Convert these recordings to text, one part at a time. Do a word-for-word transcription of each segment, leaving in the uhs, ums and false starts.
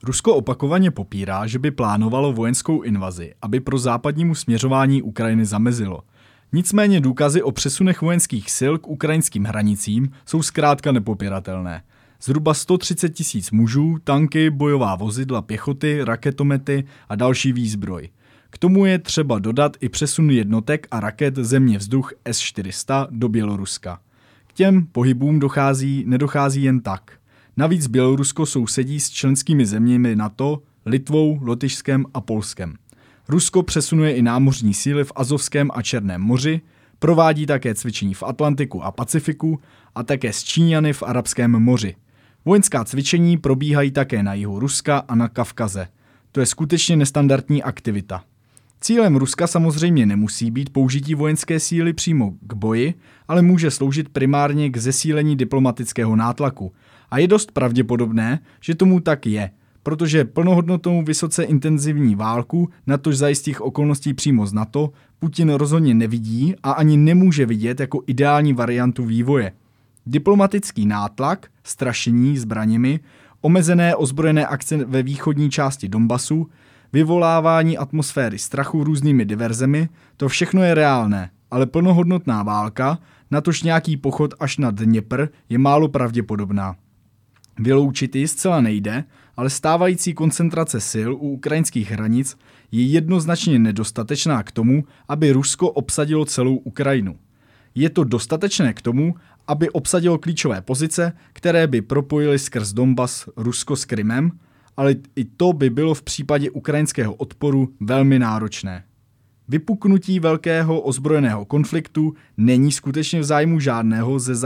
Rusko opakovaně popírá, že by plánovalo vojenskou invazi, aby pro západnímu směřování Ukrajiny zamezilo. Nicméně důkazy o přesunech vojenských sil k ukrajinským hranicím jsou zkrátka nepopiratelné. Zhruba sto třicet tisíc mužů, tanky, bojová vozidla pěchoty, raketomety a další výzbroj. K tomu je třeba dodat i přesun jednotek a raket země-vzduch S čtyři sta do Běloruska. K těm pohybům dochází, nedochází jen tak. Navíc Bělorusko sousedí s členskými zeměmi NATO, Litvou, Lotyšskem a Polskem. Rusko přesunuje i námořní síly v Azovském a Černém moři, provádí také cvičení v Atlantiku a Pacifiku a také s Číňany v Arabském moři. Vojenská cvičení probíhají také na jihu Ruska a na Kavkaze. To je skutečně nestandardní aktivita. Cílem Ruska samozřejmě nemusí být použití vojenské síly přímo k boji, ale může sloužit primárně k zesílení diplomatického nátlaku. A je dost pravděpodobné, že tomu tak je, protože plnohodnotnou vysoce intenzivní válku, natož za jistých okolností přímo z NATO, Putin rozhodně nevidí a ani nemůže vidět jako ideální variantu vývoje. Diplomatický nátlak, strašení zbraněmi, omezené ozbrojené akce ve východní části Donbasu, vyvolávání atmosféry strachu různými diverzemi, to všechno je reálné, ale plnohodnotná válka, natož nějaký pochod až na Dněpr, je málo pravděpodobná. Vyloučit ji zcela nejde, ale stávající koncentrace sil u ukrajinských hranic je jednoznačně nedostatečná k tomu, aby Rusko obsadilo celou Ukrajinu. Je to dostatečné k tomu, aby obsadilo klíčové pozice, které by propojily skrz Donbas Rusko s Krymem, ale i to by bylo v případě ukrajinského odporu velmi náročné. Vypuknutí velkého ozbrojeného konfliktu není skutečně v zájmu žádného ze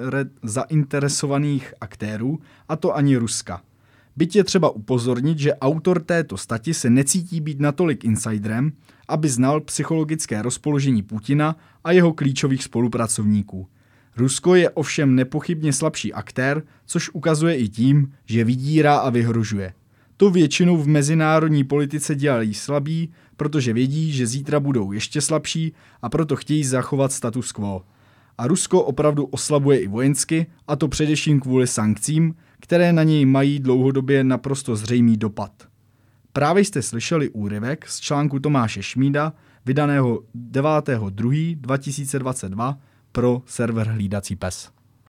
zainteresovaných aktérů, a to ani Ruska. Byť je třeba upozornit, že autor této stati se necítí být natolik insiderem, aby znal psychologické rozpoložení Putina a jeho klíčových spolupracovníků. Rusko je ovšem nepochybně slabší aktér, což ukazuje i tím, že vydírá a vyhrožuje. To většinou v mezinárodní politice dělají slabí, protože vědí, že zítra budou ještě slabší a proto chtějí zachovat status quo. A Rusko opravdu oslabuje i vojensky, a to především kvůli sankcím, které na něj mají dlouhodobě naprosto zřejmý dopad. Právě jste slyšeli úryvek z článku Tomáše Šmída, vydaného devátého druhého dva tisíce dvacet dva pro server Hlídací pes.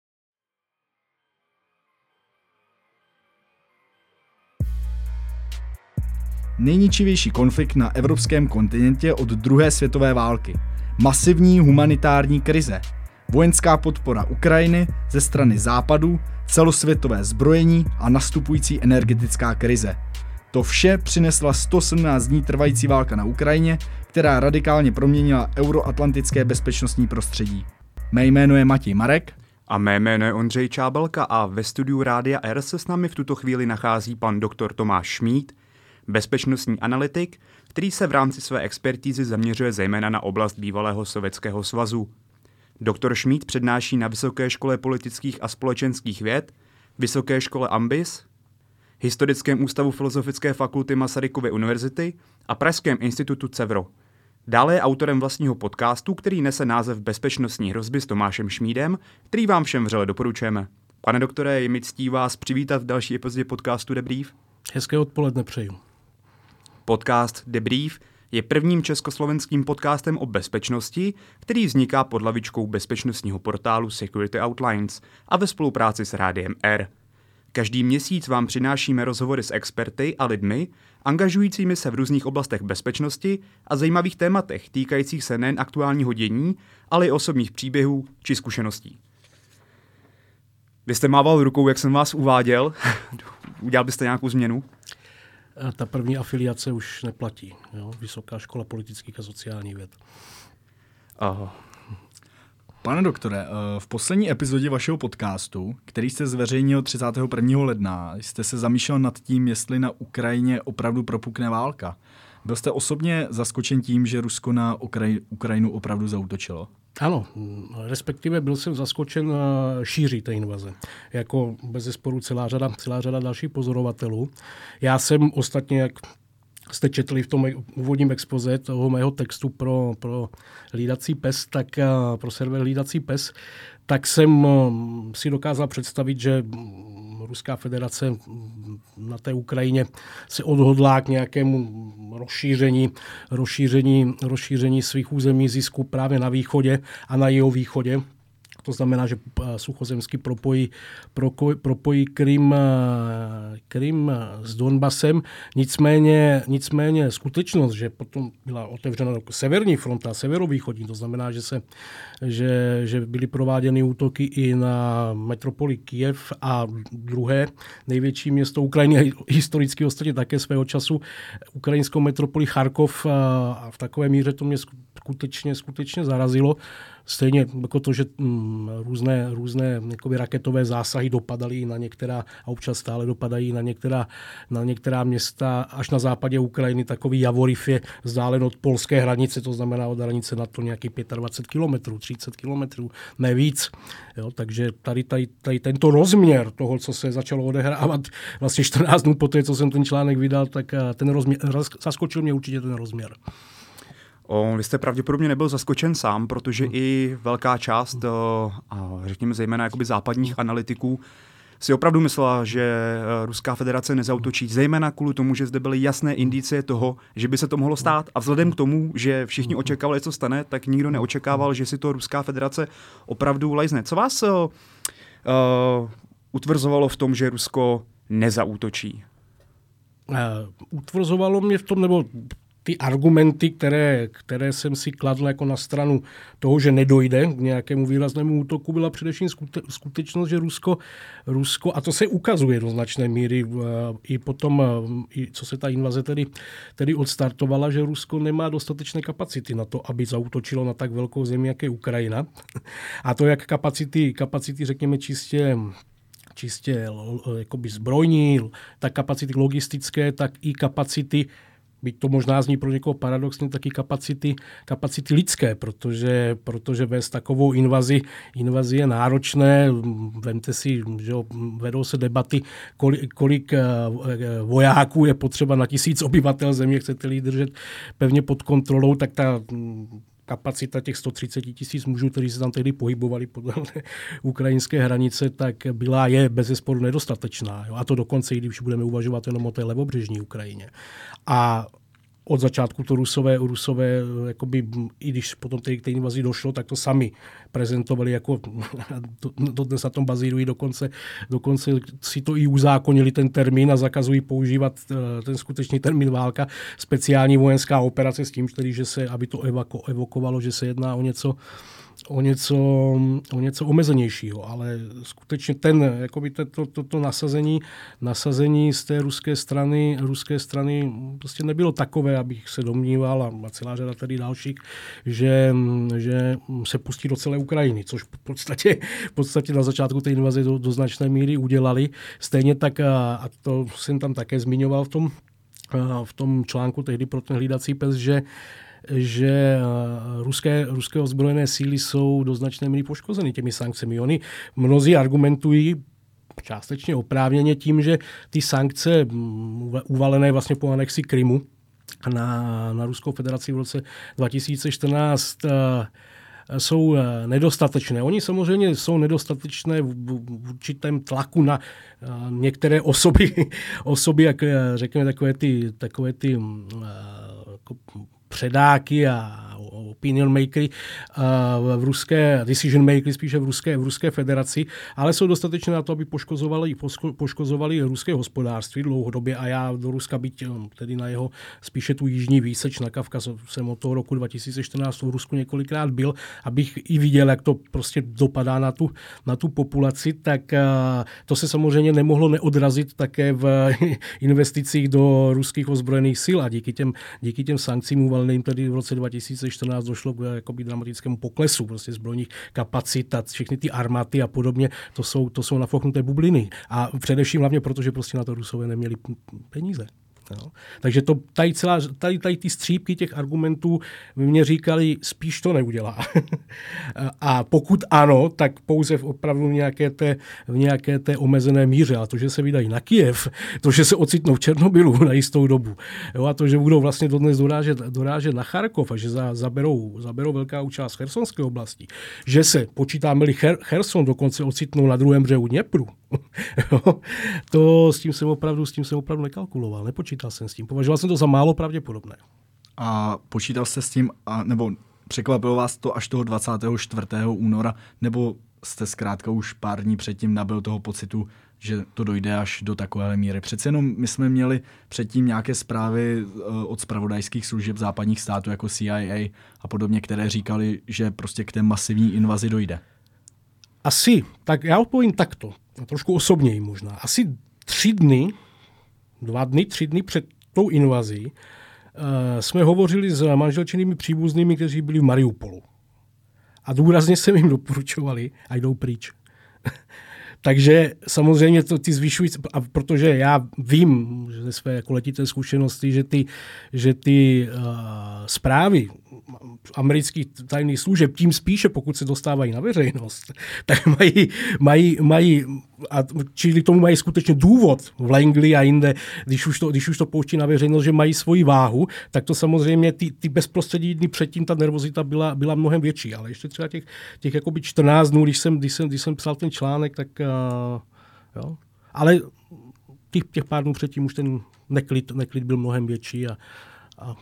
Nejničivější konflikt na evropském kontinentě od druhé světové války. Masivní humanitární krize. Vojenská podpora Ukrajiny ze strany Západu, celosvětové zbrojení a nastupující energetická krize. To vše přinesla sto sedmnáct dní trvající válka na Ukrajině, která radikálně proměnila euroatlantické bezpečnostní prostředí. Mé jméno je Matěj Marek. A mé jméno je Ondřej Čábelka a ve studiu Rádia R se s námi v tuto chvíli nachází pan doktor Tomáš Šmíd, bezpečnostní analytik, který se v rámci své expertízy zaměřuje zejména na oblast bývalého Sovětského svazu. Doktor Šmíd přednáší na Vysoké škole politických a společenských věd, Vysoké škole Ambis, Historickém ústavu Filozofické fakulty Masarykovy univerzity a Pražském institutu Cevro. Dále je autorem vlastního podcastu, který nese název Bezpečnostní hrozby s Tomášem Šmídem, který vám všem vřele doporučujeme. Pane doktore, je mi ctí vás přivítat v další epizodě podcastu Debrief. Hezké odpoledne přeju. Podcast Debrief je prvním československým podcastem o bezpečnosti, který vzniká pod hlavičkou bezpečnostního portálu Security Outlines a ve spolupráci s Rádiem R. Každý měsíc vám přinášíme rozhovory s experty a lidmi, angažujícími se v různých oblastech bezpečnosti a zajímavých tématech týkajících se nejen aktuálního dění, ale i osobních příběhů či zkušeností. Vy jste mával rukou, jak jsem vás uváděl. Udělal byste nějakou změnu? Ta první afiliace už neplatí. Jo? Vysoká škola politických a sociálních věd. Aha. Pane doktore, v poslední epizodě vašeho podcastu, který jste zveřejnil třicátého prvního ledna, jste se zamýšlel nad tím, jestli na Ukrajině opravdu propukne válka. Byl jste osobně zaskočen tím, že Rusko na Ukraj- Ukrajinu opravdu zaútočilo? Ano, respektive byl jsem zaskočen šíří té invaze. Jako bezesporu celá řada, celá řada dalších pozorovatelů. Já jsem ostatně, jak jste četli v tom úvodním expoze toho mého textu pro, pro Hlídací pes, tak pro server Hlídací pes, tak jsem si dokázal představit, že Ruská federace na té Ukrajině se odhodlá k nějakému rozšíření, rozšíření, rozšíření svých území, zisku právě na východě a na jihovýchodě. To znamená, že suchozemsky propojí, propojí Krym, Krym s Donbasem. Nicméně, nicméně skutečnost, že potom byla otevřena severní fronta, severovýchodní, to znamená, že, se, že, že byly prováděny útoky i na metropoli Kyjev a druhé největší město Ukrajiny, historicky ostatně také svého času, ukrajinskou metropoli Charkov, a v takové míře to mě skutečně, skutečně zarazilo. Stejně jako to, že hm, různé, různé jakoby raketové zásahy dopadaly i na některá, a občas stále dopadají na některá, na některá města až na západě Ukrajiny. Takový Javoriv je vzdálen od polské hranice, to znamená od hranice na to nějaký dvacet pět kilometrů, třicet kilometrů, ne víc. Jo, takže tady, tady, tady tento rozměr toho, co se začalo odehrávat vlastně čtrnáct dnů po té, co jsem ten článek vydal, tak ten rozměr, zaskočil mě určitě ten rozměr. O, vy jste pravděpodobně nebyl zaskočen sám, protože hmm. i velká část, o, a řekněme zejména jakoby západních analytiků, si opravdu myslela, že Ruská federace nezautočí, zejména kvůli tomu, že zde byly jasné indicie toho, že by se to mohlo stát. A vzhledem k tomu, že všichni očekávali, co stane, tak nikdo neočekával, že si to Ruská federace opravdu lajzne. Co vás o, o, utvrzovalo v tom, že Rusko nezaútočí? Uh, utvrzovalo mě v tom, nebo ty argumenty, které, které jsem si kladl jako na stranu toho, že nedojde k nějakému výraznému útoku, byla především skute, skutečnost, že Rusko, Rusko, a to se ukazuje do značné míry i potom, i co se ta invaze tedy, tedy odstartovala, že Rusko nemá dostatečné kapacity na to, aby zaútočilo na tak velkou zemi, jak je Ukrajina. A to jak kapacity, kapacity řekněme čistě čistě jakoby zbrojní, tak kapacity logistické, tak i kapacity, byť to možná zní pro někoho paradoxně, taky kapacity, kapacity lidské, protože, protože vést takovou invazi, invazi je náročné. Vemte si, že vedou se debaty, kolik, kolik vojáků je potřeba na tisíc obyvatel země, chcete-li držet pevně pod kontrolou, tak ta kapacita těch sto třicet tisíc mužů, kteří se tam tehdy pohybovali podle ukrajinské hranice, tak byla je bezesporu nedostatečná. Jo? A to dokonce, i když budeme uvažovat jenom o té levobřežní Ukrajině. A od začátku to Rusové, Rusové jakoby, i když potom té invazi došlo, tak to sami prezentovali jako, to dnes na tom bazírují, dokonce, dokonce si to i uzákonili ten termín a zakazují používat ten skutečný termín válka, speciální vojenská operace s tím, tedy, že se, aby to evako, evokovalo, že se jedná o něco, o něco, o něco omezenějšího, ale skutečně ten, jakoby to, to, to nasazení, nasazení z té ruské strany, ruské strany prostě nebylo takové, abych se domníval, a celá řada tady dalších, že, že se pustí do celé Ukrajiny, což v podstatě, v podstatě na začátku té invaze do, do značné míry udělali. Stejně tak, a to jsem tam také zmiňoval v tom, v tom článku tehdy pro ten hlídací pes, že že ruské, ruské ozbrojené síly jsou do značné míry poškozeny těmi sankcemi. Oni mnozí argumentují částečně oprávněně tím, že ty sankce uvalené vlastně po anexi Krymu na, na Ruskou federaci v roce dva tisíce čtrnáct jsou nedostatečné. Oni samozřejmě jsou nedostatečné v, v určitém tlaku na některé osoby, osoby jak řekněme takové ty, takové ty jako předáky a opinion makery v ruské, decision makery spíše v ruské, v ruské federaci, ale jsou dostatečné na to, aby poškozovali, poškozovali ruské hospodářství dlouhodobě a já do Ruska, byť tedy na jeho spíše tu jižní výseč na Kavkaz jsem od toho roku dva tisíce čtrnáct v Rusku několikrát byl, abych i viděl, jak to prostě dopadá na tu, na tu populaci, tak to se samozřejmě nemohlo neodrazit také v investicích do ruských ozbrojených sil a díky těm, díky těm sankcím uvaleným tedy v roce dva tisíce čtrnáct došlo k jakoby dramatickému poklesu prostě zbrojních kapacit a všechny ty armáty a podobně, to jsou, to jsou nafouknuté bubliny. A především hlavně proto, že prostě na to Rusové neměli peníze. Jo. Takže to, tady, celá, tady, tady ty střípky těch argumentů mě říkali, spíš to neudělá. A pokud ano, tak pouze v opravdu v nějaké, té, v nějaké té omezené míře. A to, že se vydají na Kyjev, to, že se ocitnou v Černobylu na jistou dobu, jo, a to, že budou vlastně dodnes dorážet, dorážet na Charkov a že za, zaberou, zaberou velká část Chersonské oblasti, že se, počítáme-li Her, Cherson, dokonce ocitnou na druhém břehu Dněpru, to s tím jsem opravdu, s tím jsem opravdu nekalkuloval, nepočítal jsem s tím. Považoval jsem to za málo pravděpodobné. A počítal jste s tím, a, nebo překvapilo vás to až toho dvacátého čtvrtého února, nebo jste zkrátka už pár dní předtím nabyl toho pocitu, že to dojde až do takové míry? Přece jenom my jsme měli předtím nějaké zprávy od zpravodajských služeb západních států jako C I A a podobně, které říkali, že prostě k té masivní invazi dojde. Asi, tak já odpovím takto, trošku osobněji možná. Asi tři dny, dva dny, tři dny před tou invazí uh, jsme hovořili s manželčinými příbuznými, kteří byli v Mariupolu. A důrazně jsme jim doporučovali, a jdou pryč. Takže samozřejmě to ty zvyšující, a protože já vím ze své jako letité zkušenosti, že ty, že ty uh, zprávy amerických tajných služeb, tím spíše, pokud se dostávají na veřejnost, tak mají, mají, mají a čili tomu mají skutečně důvod v Langley a jinde, když už to, když už to pouští na veřejnost, že mají svoji váhu, tak to samozřejmě ty, ty bezprostřední dny předtím ta nervozita byla, byla mnohem větší. Ale ještě třeba těch, těch jakoby čtrnáct dnů, když jsem, když jsem, když jsem psal ten článek, tak uh, jo. Ale těch, těch pár dnů předtím už ten neklid, neklid byl mnohem větší a, a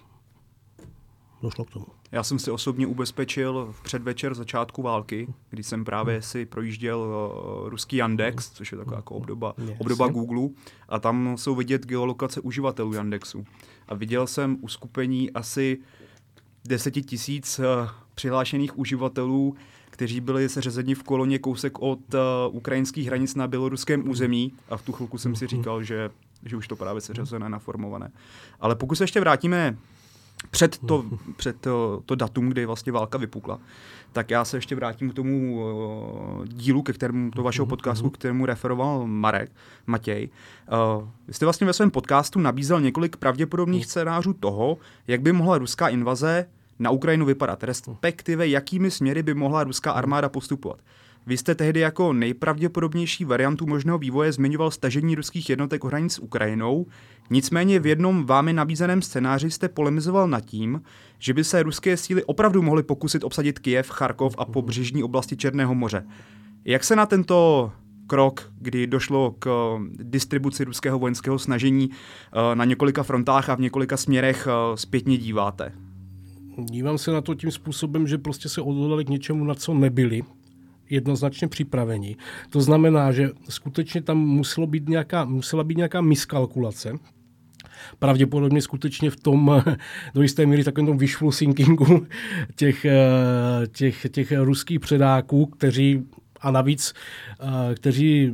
došlo k tomu. Já jsem si osobně ubezpečil v předvečer začátku války, kdy jsem právě si projížděl uh, ruský Yandex, což je taková jako obdoba, obdoba Google, a tam jsou vidět geolokace uživatelů Yandexu. A viděl jsem uskupení asi deset tisíc uh, přihlášených uživatelů, kteří byli seřazeni v koloně kousek od uh, ukrajinských hranic na běloruském území, a v tu chvilku jsem si říkal, že, že už to právě seřazené, naformované. Ale pokud se ještě vrátíme Před, to, před to, to datum, kdy vlastně válka vypukla, tak já se ještě vrátím k tomu uh, dílu, ke kterému, to vašeho podcastu, k kterému referoval Marek, Matěj. Uh, vy jste vlastně ve svém podcastu nabízel několik pravděpodobných scénářů toho, jak by mohla ruská invaze na Ukrajinu vypadat, respektive jakými směry by mohla ruská armáda postupovat. Vy jste tehdy jako nejpravděpodobnější variantu možného vývoje zmiňoval stažení ruských jednotek o hranic s Ukrajinou, nicméně v jednom vámi nabízeném scénáři jste polemizoval nad tím, že by se ruské síly opravdu mohly pokusit obsadit Kyjev, Charkov a pobřežní oblasti Černého moře. Jak se na tento krok, kdy došlo k distribuci ruského vojenského snažení na několika frontách a v několika směrech, zpětně díváte? Dívám se na to tím způsobem, že prostě se odhodlali k něčemu, na co nebyli jednoznačně připraveni. To znamená, že skutečně tam muselo být nějaká, musela být nějaká miskalkulace. Pravděpodobně skutečně v tom, do jisté míry takovém tom wishful thinkingu těch, těch, těch ruských předáků, kteří a navíc, kteří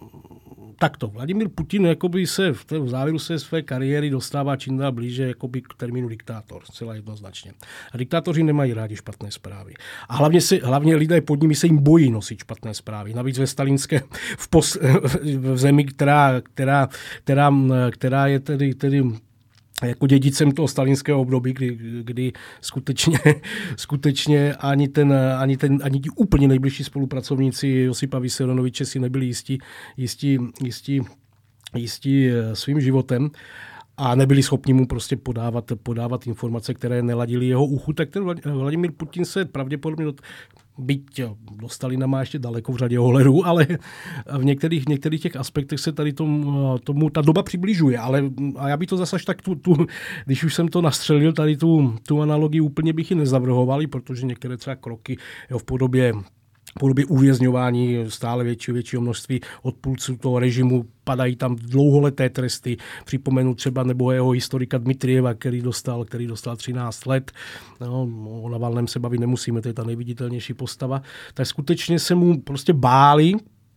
takto. Vladimír Putin jakoby se v, v závěru své své kariéry dostává čím dál blíže jakoby k termínu diktátor, zcela jednoznačně. A diktátoři nemají rádi špatné zprávy. A hlavně, se, hlavně lidé pod nimi se jim bojí nosit špatné zprávy. Navíc ve stalinské, v, pos, v zemi, která, která, která, která je tedy, tedy jako dědicem toho stalinského období, kdy, kdy skutečně, skutečně ani, ten, ani, ten, ani ti úplně nejbližší spolupracovníci Josipa Vysarionoviče si nebyli jistí, jistí, jistí, jistí svým životem a nebyli schopni mu prostě podávat, podávat informace, které neladily jeho uchu, tak ten Vladimír Putin se pravděpodobně do, byť do Stalina má ještě daleko v řadě ohledů, ale v některých, některých těch aspektech se tady tomu, tomu ta doba přibližuje. Ale, a já bych to zase až tak, tu, tu, když už jsem to nastřelil, tady tu, tu analogii úplně bych ji nezavrhoval, protože některé třeba kroky jo, v podobě v podobě uvězňování stále většího, většího množství odpůrců toho režimu, padají tam dlouholeté tresty. Připomenu třeba nebo jeho historika Dmitrijeva, který dostal, který dostal třináct let. No, o Navalném se bavit nemusíme, to je ta nejviditelnější postava. Tak skutečně se mu prostě báli,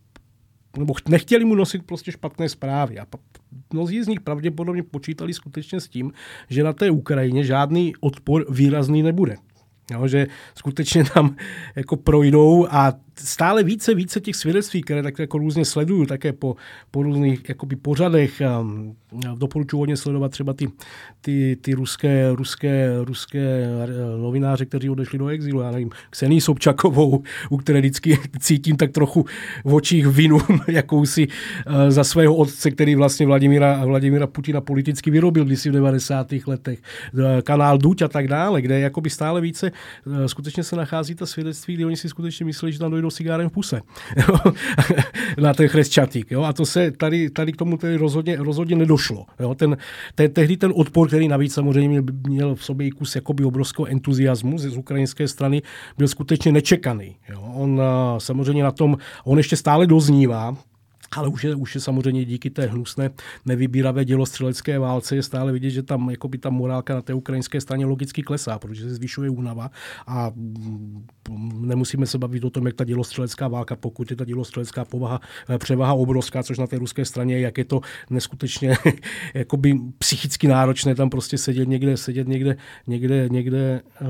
nebo nechtěli mu nosit prostě špatné zprávy. A mnozí z nich pravděpodobně počítali skutečně s tím, že na té Ukrajině žádný odpor výrazný nebude. Jo, že skutečně tam jako projdou a stále více, více těch svědectví, které tak jako různě sleduju, také po, po různých jakoby pořadech. Um, doporučuji hodně sledovat třeba ty, ty, ty ruské, ruské, ruské novináře, kteří odešli do exilu. Já nevím, Ksenii Sobčakovou, u které vždycky cítím tak trochu v očích vinu jakousi uh, za svého otce, který vlastně Vladimíra, Vladimíra Putina politicky vyrobil kdysi v devadesátých letech. Kanál Duť a tak dále, kde jakoby stále více uh, skutečně se nachází ta svědectví, kdy oni si skutečně mysleli, že tam dojdou cigárem v puse na ten Chřestčatík. Jo? A to se tady, tady k tomu tedy rozhodně, rozhodně nedošlo. Jo? Ten, ten, tehdy ten odpor, který navíc samozřejmě měl v sobě kus jakoby obrovského entuziasmu z ukrajinské strany, byl skutečně nečekaný. Jo? On samozřejmě na tom, on ještě stále doznívá, ale už je, už je samozřejmě díky té hnusné, nevybíravé dělostřelecké válce je stále vidět, že tam jakoby ta morálka na té ukrajinské straně logicky klesá, protože se zvyšuje únava a nemusíme se bavit o tom, jak ta dělostřelecká válka, pokud je ta dělostřelecká povaha, převaha obrovská, což na té ruské straně, jak je to neskutečně jakoby psychicky náročné tam prostě sedět někde, sedět někde, někde, někde uh,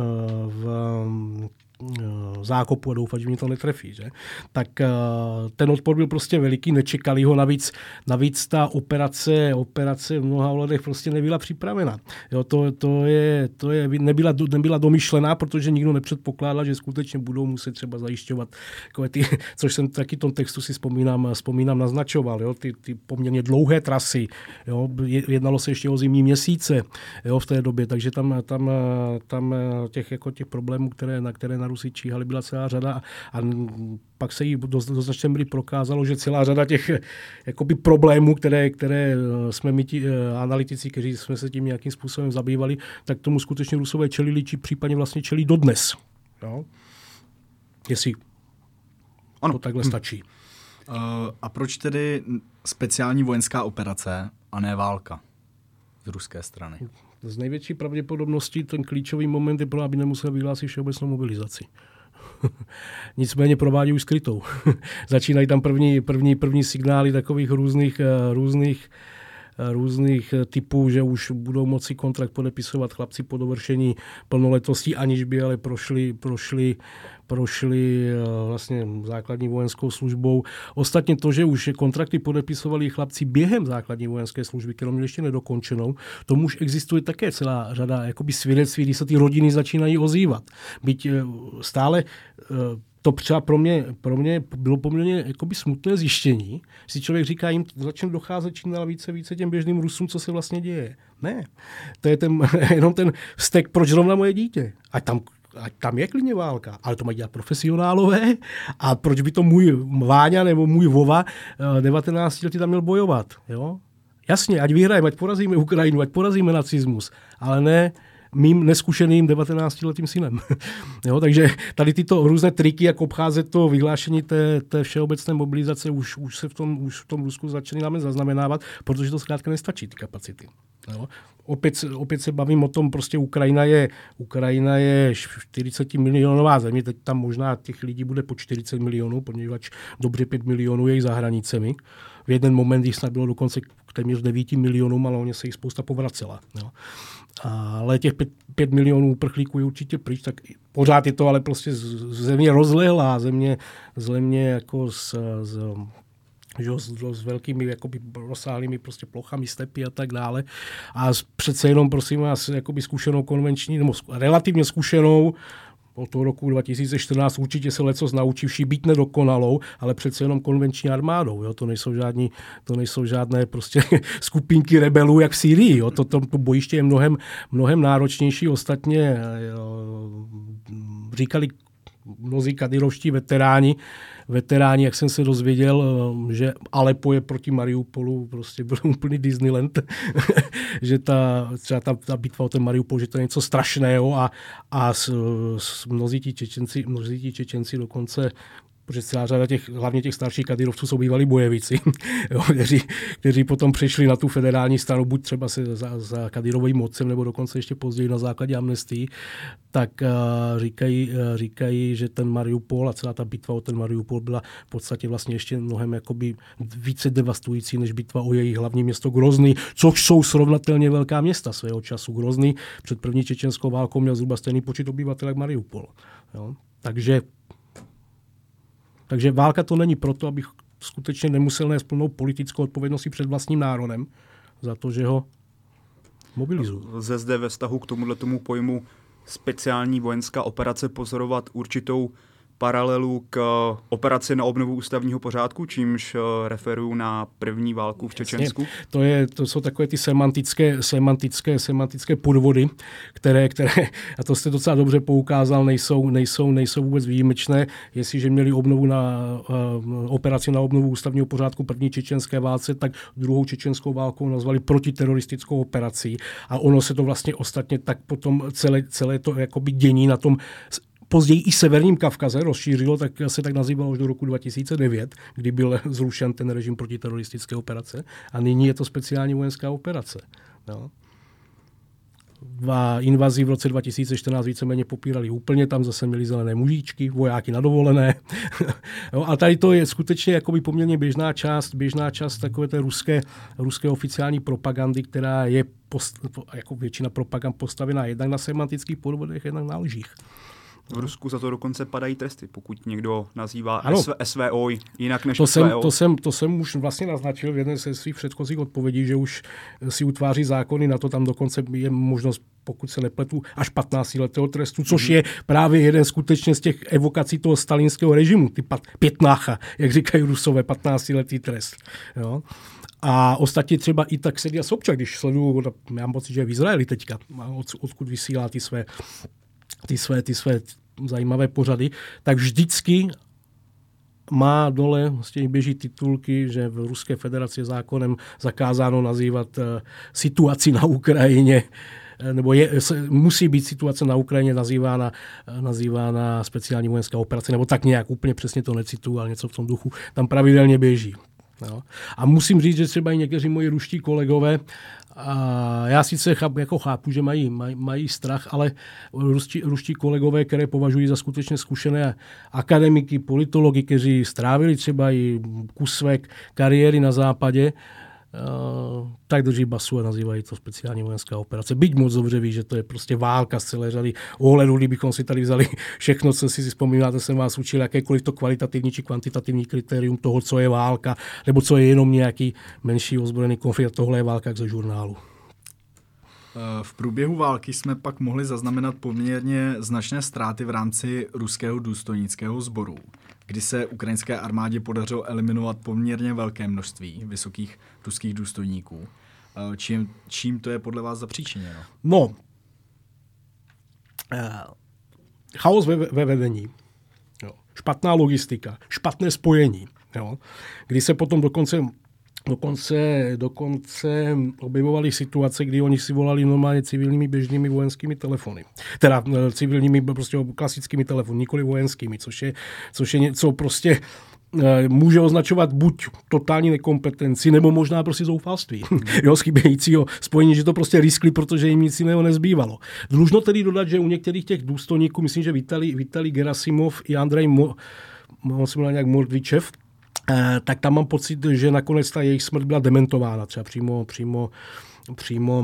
v zákopu a doufat, že mě to netrefí. Že? Tak ten odpor byl prostě veliký, nečekali ho, navíc, navíc ta operace, operace v mnoha ohledech prostě nebyla připravena. Jo, to, to, je, to je, nebyla, nebyla domyšlená, protože nikdo nepředpokládal, že skutečně budou muset třeba zajišťovat, ty, což jsem taky v tom textu si vzpomínám, vzpomínám naznačoval, jo, ty, ty poměrně dlouhé trasy, jo, jednalo se ještě o zimní měsíce, jo, v té době, takže tam, tam, tam těch, jako těch problémů, které, na které na Rusi číhali, byla celá řada a pak se jí do, do značné míry prokázalo, že celá řada těch jakoby problémů, které, které jsme my ti analytici, kteří jsme se tím nějakým způsobem zabývali, tak tomu skutečně Rusové čelili, či případně vlastně čelí dodnes. Jo? Jestli ano. To takhle stačí. Uh, a proč tedy speciální vojenská operace a ne válka z ruské strany? Z největší pravděpodobností ten klíčový moment je pro, aby nemusel vyhlásit všeobecnou mobilizaci. Nicméně provádí už skrytou. Začínají tam první, první, první signály takových různých, různých, různých typů, že už budou moci kontrakt podepisovat chlapci po dovršení plnoletostí, aniž by ale prošli, prošli, prošli vlastně základní vojenskou službou. Ostatně to, že už kontrakty podepisovali chlapci během základní vojenské služby, kterou měli ještě nedokončenou, tomu už existuje také celá řada jakoby svědectví, kdy se ty rodiny začínají ozývat. Byť stále to třeba pro mě, pro mě bylo poměrně jakoby smutné zjištění. Si člověk říká, jim začne docházet čím dál více, více těm běžným Rusům, co se vlastně děje. Ne, to je ten, jenom ten vztek, proč zrovna moje dítě. A tam, a tam je klidně válka, ale to mají dělat profesionálové. A proč by to můj Váňa nebo můj Vova devatenáct letý tam měl bojovat? Jo? Jasně, ať vyhrajeme, ať porazíme Ukrajinu, ať porazíme nacismus, ale ne mým neskušeným devatenáctiletým synem. Jo, takže tady tyto různé triky, jak obcházet to vyhlášení té, té všeobecné mobilizace, už, už se v tom, už v tom Rusku začínáme zaznamenávat, protože to zkrátka nestačí, ty kapacity. Jo. Opět, opět se bavím o tom, prostě Ukrajina je, Ukrajina je čtyřicet milionová země, teď tam možná těch lidí bude po čtyřicet milionů, poněvadž dobře pět milionů je za hranicemi. V jeden moment jich snad bylo dokonce k téměř devět milionům, ale oni se jich spousta povracela. Jo. Ale těch pět milionů uprchlíků je určitě pryč, tak pořád je to ale prostě země rozlehlá, země, země jako s, s, s, s velkými jakoby rozsáhlými prostě plochami, stepy a tak dále. A přece jenom, prosím vás, jakoby zkušenou konvenční, nebo relativně zkušenou, od toho roku dva tisíce čtrnáct určitě se lecos naučivší, být nedokonalou, ale přece jenom konvenční armádou. Jo? To nejsou žádní, to nejsou žádné prostě skupinky rebelů, jak v Sýrii. Jo? To, to, to bojiště je mnohem, mnohem náročnější. Ostatně jo, říkali mnozí kadyrovští veteráni, veteráni, jak jsem se dozvěděl, že Alepo je proti Mariupolu prostě byl úplný Disneyland, že ta, třeba ta, ta bitva o ten Mariupol, že to je něco strašného a, a s, s mnozí ti Čečenci, mnozí ti Čečenci dokonce, protože celá řada těch, hlavně těch starších kadyrovců jsou bývalí bojevíci, jo, kteří, kteří potom přešli na tu federální stranu, buď třeba se za, za Kadyrovým mocem, nebo dokonce ještě později na základě amnestii, tak uh, říkají, uh, říkají, že ten Mariupol a celá ta bitva o ten Mariupol byla v podstatě vlastně ještě mnohem jakoby více devastující, než bitva o jejich hlavní město Grozny, což jsou srovnatelně velká města svého času. Grozny před první čečenskou válkou měl zhruba stejný počet obyvatel jak Mariupol. Jo. Takže Takže válka to není proto, abych skutečně nemusel nést plnou politickou odpovědnost před vlastním národem za to, že ho mobilizují. Lze zde ve vztahu k tomuto pojmu speciální vojenská operace pozorovat určitou paralelu k operaci na obnovu ústavního pořádku, čímž referuju na první válku v Čečensku? To, je, to jsou takové ty semantické, semantické, semantické podvody, které, které, a to jste docela dobře poukázal, nejsou, nejsou, nejsou vůbec výjimečné. Jestliže měli obnovu na, uh, operaci na obnovu ústavního pořádku první čečenské válce, tak druhou čečenskou válkou nazvali protiteroristickou operací. A ono se to vlastně ostatně tak potom celé, celé to jakoby dění na tom později i severním Kavkaze rozšířilo, tak se tak nazývalo už do roku dva tisíce devět, kdy byl zrušen ten režim protiteroristické operace. A nyní je to speciální vojenská operace. No. V invazi v roce dva tisíce čtrnáct víceméně popírali úplně, tam zase měli zelené mužíčky, vojáky na dovolené. No, a tady to je skutečně jakoby poměrně běžná část, běžná část takové té ruské, ruské oficiální propagandy, která je post, jako většina propagand postavená jednak na semantických podvodech, jednak na lžích. V Rusku za to dokonce padají tresty, pokud někdo nazývá S V O jinak než to S V O. Jsem, to, jsem, to jsem už vlastně naznačil v jedné ze svých předchozích odpovědí, že už si utváří zákony na to, tam dokonce je možnost, pokud se nepletu, až patnáctiletého trestu, což mm-hmm. je právě jeden skutečně z těch evokací toho stalinského režimu, ty pat, pětnácha, jak říkají Rusové, patnáctiletý trest. Jo. A ostatně třeba i tak Ksenija Sobčak, když sleduju, já mám pocit, že je v Izraeli teďka, od, odkud vysílá ty své ty své, ty své zajímavé pořady, tak vždycky má dole, vlastně běží titulky, že v Ruské federaci je zákonem zakázáno nazývat uh, situaci na Ukrajině, nebo je, se, musí být situace na Ukrajině nazývána, nazývána speciální vojenská operace, nebo tak nějak, úplně přesně to necituju, ale něco v tom duchu tam pravidelně běží. No. A musím říct, že třeba i někteří moji ruští kolegové, a já sice chápu, jako chápu, že mají, mají, mají strach, ale ruští, ruští kolegové, které považují za skutečně zkušené akademiky, politology, kteří strávili třeba i kus své kariéry na západě, Uh, tak drží basu a nazývají to speciální vojenská operace. Byť moc dobře ví, že to je prostě válka z celé řady ohledů, kdybychom si tady vzali všechno, co si vzpomínáte, jsem vás učil, jakékoliv to kvalitativní či kvantitativní kritérium toho, co je válka, nebo co je jenom nějaký menší ozbrojený konflikt. Tohle je válka jak ze žurnálu. V průběhu války jsme pak mohli zaznamenat poměrně značné ztráty v rámci ruského důstojnického sboru, kdy se ukrajinské armádě podařilo eliminovat poměrně velké množství vysokých ruských důstojníků. Čím, čím to je podle vás zapříčiněno? No, uh, chaos ve, ve vedení, jo. Špatná logistika, špatné spojení, jo. Kdy se potom dokonce Dokonce, dokonce objevovaly situace, kdy oni si volali normálně civilními běžnými vojenskými telefony. Teda civilními prostě klasickými telefony, nikoli vojenskými, což je, což je něco prostě může označovat buď totální nekompetenci, nebo možná prostě zoufalství. Jo, z chybějícího spojení, že to prostě riskli, protože jim nic jiného nezbývalo. Dlužno tedy dodat, že u některých těch důstojníků, myslím, že Vitalij, Vitalij Gerasimov i Andrej Mo, on se jmenuje nějak Mordvičev, Eh, tak tam mám pocit, že nakonec ta jejich smrt byla dementována, třeba přímo, přímo, přímo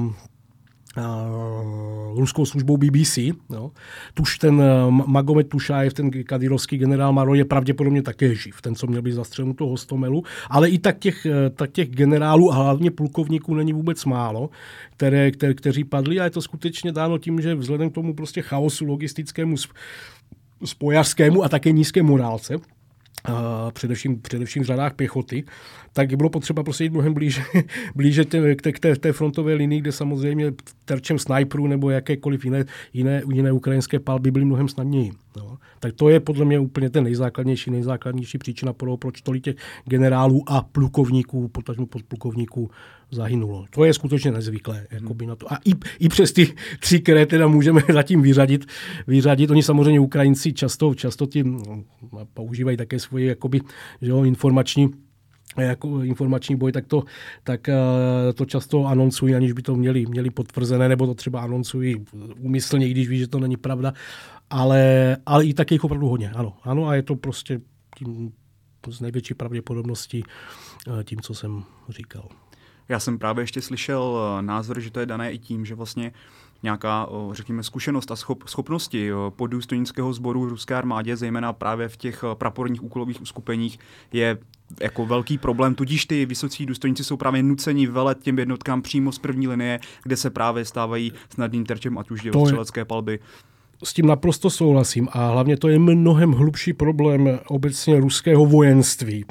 uh, ruskou službou B B C. No. Tuž ten uh, Magomed Tušájev, ten kadyrovský generál Maro, je pravděpodobně také živ, ten, co měl být zastřelen toho Hostomelu, ale i tak těch, tak těch generálů a hlavně plukovníků není vůbec málo, které, které, kteří padli a je to skutečně dáno tím, že vzhledem k tomu prostě chaosu logistickému, spojařskému a také nízké morálce, Uh, především, především v řadách pěchoty, tak bylo potřeba prostě jít mnohem blíže, blíže tě, k, té, k té, té frontové linii, kde samozřejmě terčem snajperů nebo jakékoliv jiné, jiné, jiné ukrajinské palby byly mnohem snadněji. No. Tak to je podle mě úplně ten nejzákladnější, nejzákladnější příčina, proč tolik těch generálů a plukovníků, potažmo podplukovníků zahynulo. To je skutečně nezvyklé. Jakoby na to. A i, i přes ty tři, které teda můžeme zatím vyřadit, vyřadit. Oni samozřejmě Ukrajinci často, často ti používají také svoji jakoby, že jo, informační jako informační boj, tak to, tak to často anoncují, aniž by to měli, měli potvrzené, nebo to třeba anoncují úmyslně, i když ví, že to není pravda. Ale, ale i tak je jich opravdu hodně. Ano, ano, a je to prostě tím, z největší pravděpodobností tím, co jsem říkal. Já jsem právě ještě slyšel názor, že to je dané i tím, že vlastně nějaká, řekněme, zkušenost a schop, schopnosti poddůstojnického sboru v ruské armádě, zejména právě v těch praporních úkolových uskupeních, je jako velký problém. Tudíž ty vysocí důstojníci jsou právě nuceni velet těm jednotkám přímo z první linie, kde se právě stávají snadným terčem, ať už jde o střelecké palby. S tím naprosto souhlasím a hlavně to je mnohem hlubší problém obecně ruského vojenství.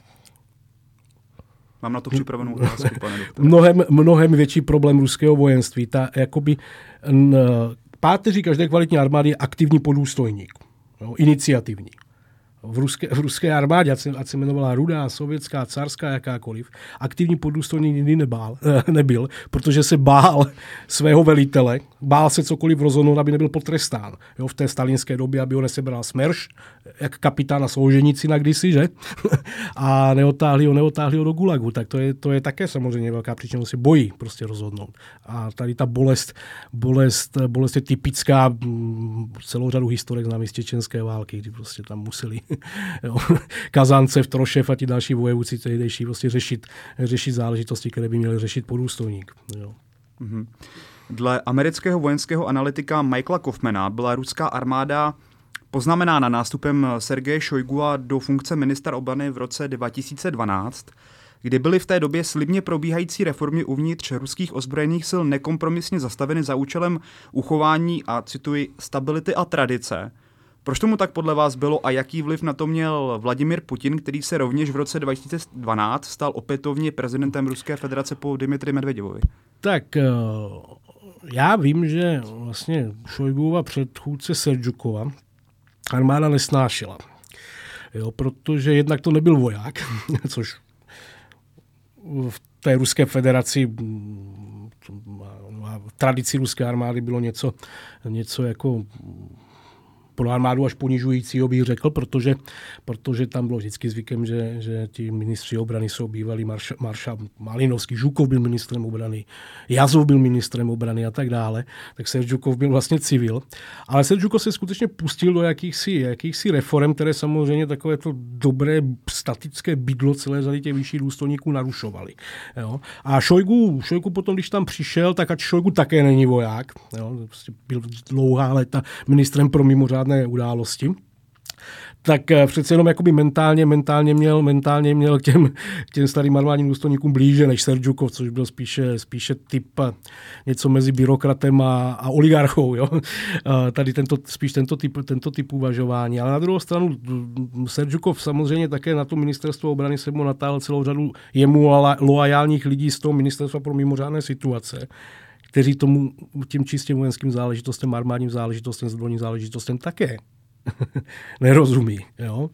Mám na to připravenou otázku, pane doktore. Mnohem, mnohem větší problém ruského vojenství. Ta, jakoby, n, páteří každé kvalitní armády je aktivní podůstojník, jo, iniciativní. V ruské, v ruské armádě, ať se, ať se jmenovala Rudá, sovětská, carská, jakákoliv, aktivní podůstojník nikdy nebál, nebyl, protože se bál svého velitele, bál se cokoliv rozhodnout, aby nebyl potrestán. Jo, v té stalinské době, aby ho nesebral Smerš, jak kapitána Solženici na kdysi, že? A neotáhli ho, neotáhli ho do gulagu. Tak to je, to je také samozřejmě velká příčina, se bojí prostě rozhodnout. A tady ta bolest, bolest, bolest je typická, celou řadu historek známý z čečenské války, kdy prostě tam museli jo, Kazancev, Trošev a ti další vojevůdci tehdejší prostě řešit, řešit záležitosti, které by měly řešit podůstojník. Jo. Mm-hmm. Dle amerického vojenského analytika Michaela Kaufmana byla ruská armáda poznamenána nástupem Sergeje Šojgua do funkce ministra obrany v roce dva tisíce dvanáct, kdy byly v té době slibně probíhající reformy uvnitř ruských ozbrojených sil nekompromisně zastaveny za účelem uchování a, cituji, stability a tradice. Proč tomu tak podle vás bylo a jaký vliv na to měl Vladimir Putin, který se rovněž v roce dva tisíce dvanáct stal opětovně prezidentem Ruské federace po Dimitriji Medveděvovi? Tak já vím, že vlastně Šojgujova předchůdce Serdjukova armáda nesnášela. Jo, protože jednak to nebyl voják, což v té Ruské federaci v tradici ruské armády bylo něco, něco jako pro armádu až ponižujícího bych řekl, protože, protože tam bylo vždycky zvykem, že, že ti ministři obrany jsou bývalí, marša, maršál Malinovský, Žukov byl ministrem obrany, Jazov byl ministrem obrany a tak dále, tak Serdjukov byl vlastně civil. Ale Serdjukov se skutečně pustil do jakýchsi, jakýchsi reform, které samozřejmě takové to dobré statické bydlo celé řady těch vyšších důstojníků narušovaly. Jo. A Šojgu, Šojgu potom, když tam přišel, tak ať Šojgu také není voják, jo, prostě byl dlouhá léta ministrem pro mimořádné události, tak přece jenom jakoby mentálně, mentálně měl, mentálně měl k těm, k těm starým armádním důstojníkům blíže než Serdjukov, což byl spíše, spíše typ něco mezi byrokratem a, a oligarchou. Jo? Tady tento, spíš tento typ, tento typ uvažování. Ale na druhou stranu Serdjukov samozřejmě také na to ministerstvo obrany se mu natáhl celou řadu jemu loajálních lidí z toho ministerstva pro mimořádné situace, kteří tomu těm čistě vojenským záležitostem, armádním záležitostem, zbrojním záležitostem také nerozumí. Jo?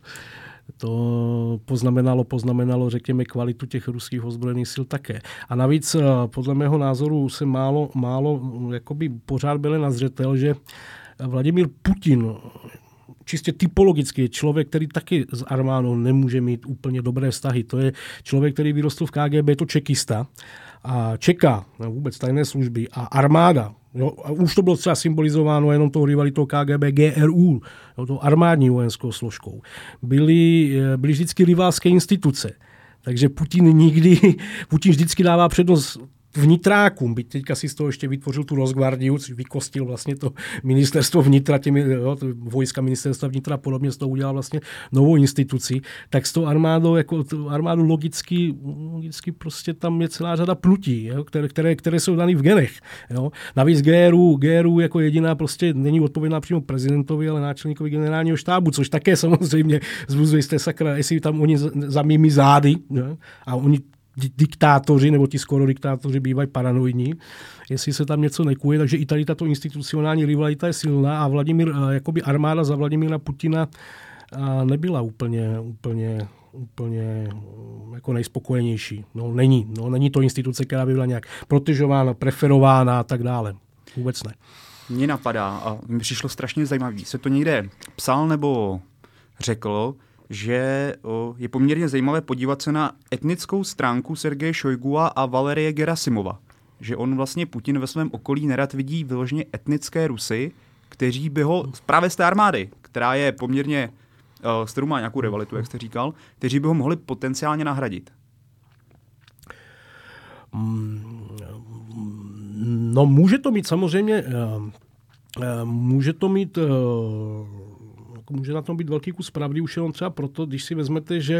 To poznamenalo, poznamenalo, řekněme, kvalitu těch ruských ozbrojených sil také. A navíc, podle mého názoru, se málo, málo jakoby pořád byly na zřetel, že Vladimír Putin čistě typologicky je člověk, který taky s armádou nemůže mít úplně dobré vztahy. To je člověk, který vyrostl v K G B, je to čekista a čeká no, vůbec tajné služby a armáda. Jo, a už to bylo třeba symbolizováno jenom tou rivalitou K G B, G R U, jo, tou armádní vojenskou složkou. Byly, byly vždycky rivalské instituce. Takže Putin nikdy, Putin vždycky dává přednost vnitrákům, byť teďka si z toho ještě vytvořil tu Rosgvardiu, což vykostil vlastně to ministerstvo vnitra, těmi, jo, vojska ministerstva vnitra, podobně z toho udělal vlastně novou instituci, tak s tou armádou, jako tu armádu logicky, logicky prostě tam je celá řada pnutí, jo, které, které, které jsou daný v genech. Jo. Navíc G R U, G R U jako jediná prostě není odpovědná přímo prezidentovi, ale náčelníkovi generálního štábu, což také samozřejmě zvuzuje z té sakra, jestli tam oni za, za mými zády, jo, a oni diktátoři, nebo ti skoro diktátoři bývají paranoidní, jestli se tam něco nekuje, takže i tady tato institucionální rivalita je silná a Vladimír, jakoby armáda za Vladimíra Putina nebyla úplně, úplně, úplně jako nejspokojenější. No není, no není to instituce, která by byla nějak protežována, preferována a tak dále. Vůbec ne. Mně napadá, a mi přišlo strašně zajímavý, se to někde psal nebo řekl, že je poměrně zajímavé podívat se na etnickou stránku Sergeje Šojgua a Valerie Gerasimova. Že on vlastně Putin ve svém okolí nerad vidí vyloženě etnické Rusy, kteří by ho, právě z té armády, která je poměrně, s kterou má nějakou rivalitu, jak jste říkal, kteří by ho mohli potenciálně nahradit. No může to mít samozřejmě, může to mít, může na tom být velký kus pravdy, už jenom třeba proto, když si vezmete, že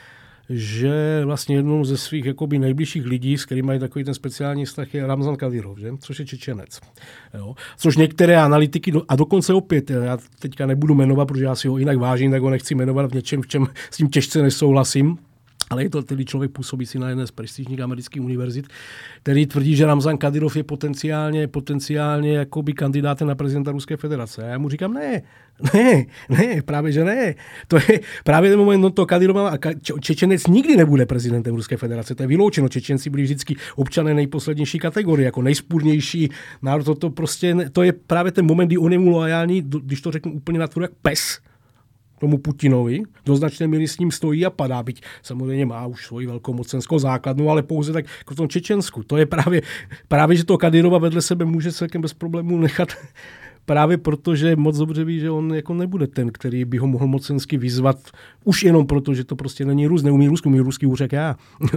že vlastně jednou ze svých jakoby nejbližších lidí, s kterými mají takový ten speciální vztah, je Ramzan Kadyrov, že? Což je Čečenec. Jo? Což některé analytiky, a dokonce opět, já teďka nebudu jmenovat, protože já si ho jinak vážím, tak ho nechci jmenovat v něčem, v čem s tím těžce nesouhlasím, ale je to tedy člověk působící na jedné z prestižních amerických univerzit, který tvrdí, že Ramzan Kadyrov je potenciálně, potenciálně jakoby kandidátem na prezidenta Ruské federace. A já mu říkám, ne, ne, ne, právě že ne. To je právě ten moment, no to Kadyrova, Čečenec nikdy nebude prezidentem Ruské federace. To je vyloučeno. Čečenci byli vždycky občané nejposlednější kategorie, jako nejspůrnější národ. To, to, prostě, to je právě ten moment, kdy on je mu loajální, když to řeknu úplně natvrdo, jak pes tomu Putinovi, do značné míry s ním stojí a padá, byť samozřejmě má už svoji velkomocenskou základnu, ale pouze tak jako v tom Čečensku. To je právě, právě že to Kadyrova vedle sebe může celkem bez problémů nechat právě proto, že moc dobře ví, že on jako nebude ten, který by ho mohl mocensky vyzvat, už jenom proto, že to prostě není Rus, neumí rusky, umí ruský úřek já.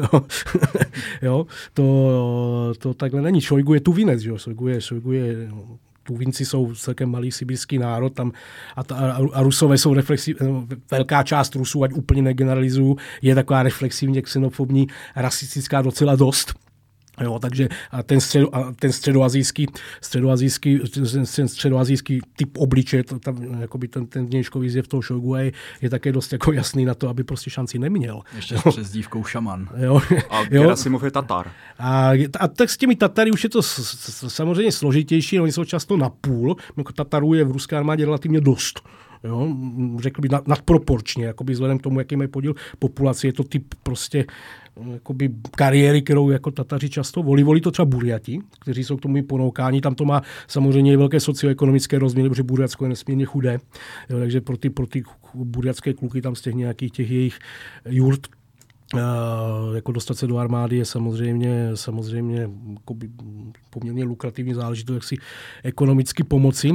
Jo, to, to takhle není. Šojgu je tu vinec, že jo, Šojgu je, Šojgu je Tuvinci jsou celkem malý sibirský národ tam a, ta, a Rusové jsou reflexivní, velká část Rusů, ať úplně negeneralizuju, je taková reflexivně xenofobní, rasistická docela dost. Jo, takže a ten, středo, a ten středoazijský, středoazijský, ten středoazijský typ obličeje, to, tam, jakoby ten, ten dnějškový zjev toho Šojgu je, je také dost jako jasný na to, aby prostě šanci neměl. Ještě s přezdívkou šaman. Jo. A Gerasimov je Tatar. A, a tak s těmi Tatary už je to s, s, samozřejmě složitější, oni jsou často na půl, jako Tatarů je v ruské armádě relativně dost. Jo, řekl bych nad, nadproporčně, jakoby vzhledem k tomu, jaký mají podíl populace, je to typ prostě jakoby kariéry, kterou jako Tataři často volí. Volí to třeba Burjati, kteří jsou k tomu ponoukáni. Tam to má samozřejmě velké socioekonomické rozměry, protože Burjatsko je nesmírně chudé. Jo, takže pro ty, pro ty burjatské kluky tam z těch nějakých těch jejich jurt Uh, jako dostat se do armády je samozřejmě, samozřejmě poměrně lukrativní záležitost, jak si ekonomicky pomoci.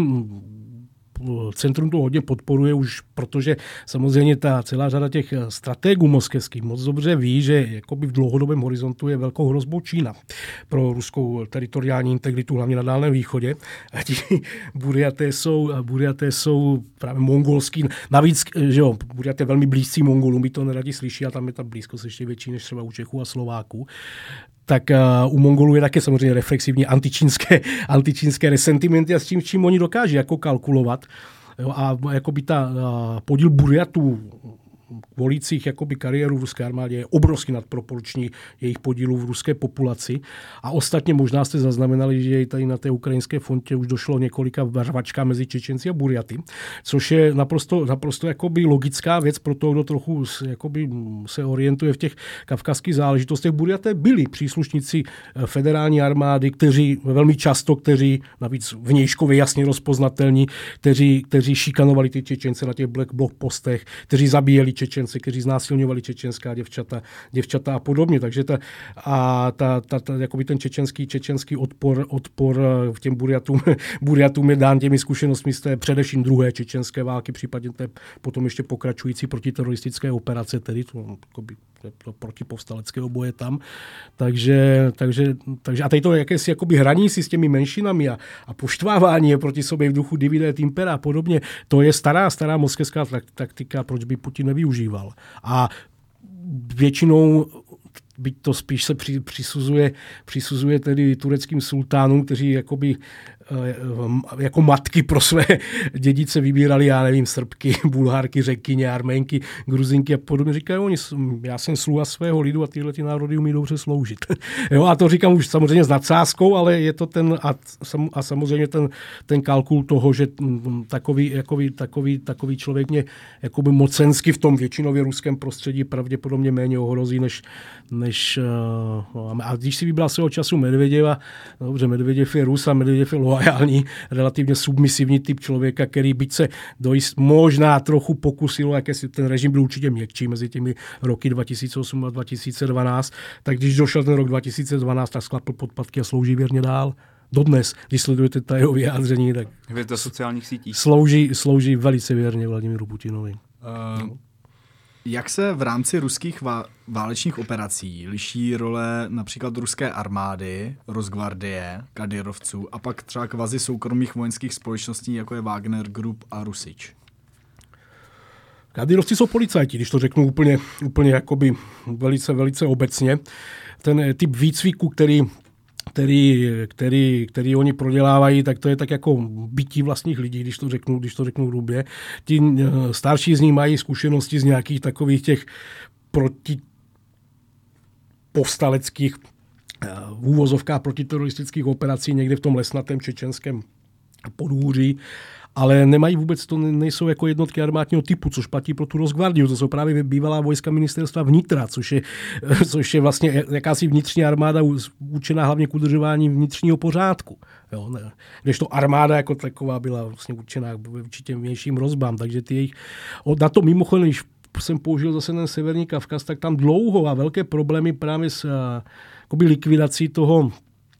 Centrum to hodně podporuje už, protože samozřejmě ta celá řada těch strategů moskevských moc dobře ví, že jakoby v dlouhodobém horizontu je velkou hrozbou Čína pro ruskou teritoriální integritu, hlavně na Dálném východě. A ti Burjaté jsou, Burjaté jsou právě mongolský. Navíc, že jo, Burjaté velmi blízcí Mongolům, my to neradi slyší a tam je ta blízkost ještě větší než třeba u Čechů a Slováků. Tak uh, u Mongolů je také samozřejmě reflexivní antičínské, antičínské resentimenty a s tím, čím oni dokáží jako kalkulovat. Jo, a jakoby ta uh, podíl Burjatů volících jakoby kariéru v ruské armádě je obrovský nadproporční jejich podílu v ruské populaci. A ostatně možná jste zaznamenali, že tady na té ukrajinské frontě už došlo několika vrvačkám mezi Čečenci a Burjaty, což je naprosto, naprosto jakoby logická věc pro toho, kdo trochu jakoby se orientuje v těch kavkazských záležitostech. Burjaté byli příslušníci federální armády, kteří velmi často, kteří navíc vnějškově jasně rozpoznatelní, kteří, kteří šikanovali ty Čečence na těch black bloc postech, kteří zabíjeli Čečenci, kteří znásilňovali čečenská děvčata, děvčata a podobně. Takže ta, a ta, ta, ta, jakoby ten čečenský, čečenský odpor, odpor v těm Burjatům, Burjatům je dán těmi zkušenostmi z té především druhé čečenské války, případně té potom ještě pokračující protiteroristické operace, tedy to, jakoby, to protipovstaleckého boje tam. Takže, takže, takže a tady to jakési jakoby hraní si s těmi menšinami a, a poštvávání je proti sobě v duchu divide et impera a podobně, to je stará, stará moskevská taktika, proč by Putin nevyužíval. A většinou byť to spíš se při, přisuzuje, přisuzuje tedy tureckým sultánům, kteří jakoby jako matky pro své dědice vybírali, já nevím, Srbky, Bulharky, Řekyně, Arménky, Gruzinky a podobně. Říkají oni, já jsem sluha svého lidu a tyhle ty národy umí dobře sloužit. Jo, a to říkám už samozřejmě s nadsázkou, ale je to ten, a, a samozřejmě ten, ten kalkul toho, že takový, jakoby, takový, takový člověk mě jakoby mocensky v tom většinově ruském prostředí pravděpodobně méně ohrozí, než, než a když si vybral svého času Medveděva, dobře, Medveděv je Rus a Medveděv je loajální, relativně submisivní typ člověka, který byť se dojist, možná trochu pokusil, jakési ten režim byl určitě měkčí mezi těmi roky dva tisíce osm a dva tisíce dvanáct, tak když došel ten rok dva tisíce dvanáct, tak sklapl podpatky a slouží věrně dál. Dodnes, když sledujete ta jeho vyjádření, tak hvězda sociálních sítí. Slouží, slouží velice věrně Vladimíru Putinovi. Uh, Jak se v rámci ruských válečných operací liší role například ruské armády, Rosgvardie, kadyrovců a pak třeba kvazi soukromých vojenských společností, jako je Wagner Group a Rusič? Kadyrovci jsou policajti, když to řeknu úplně, úplně jakoby velice, velice obecně. Ten typ výcviku, který Který, který, který oni prodělávají, tak to je tak jako bytí vlastních lidí, když to řeknu, když to řeknu hrubě. Ti starší z nich mají zkušenosti z nějakých takových těch protipovstaleckých v úvozovkách protiteroristických operací někde v tom lesnatém čečenském podhůří, ale nemají vůbec, to nejsou jako jednotky armádního typu, což platí pro tu Rosgvardiu. To jsou právě bývalá vojska ministerstva vnitra, což je, což je vlastně jakási vnitřní armáda určená hlavně k udržování vnitřního pořádku. Jo, ne. Kdežto armáda jako taková byla vlastně určená určitě vnějším hrozbám, takže ty jejich... Na to mimochodem, když jsem použil zase ten Severní Kavkaz, tak tam dlouho a velké problémy právě s jakoby likvidací toho,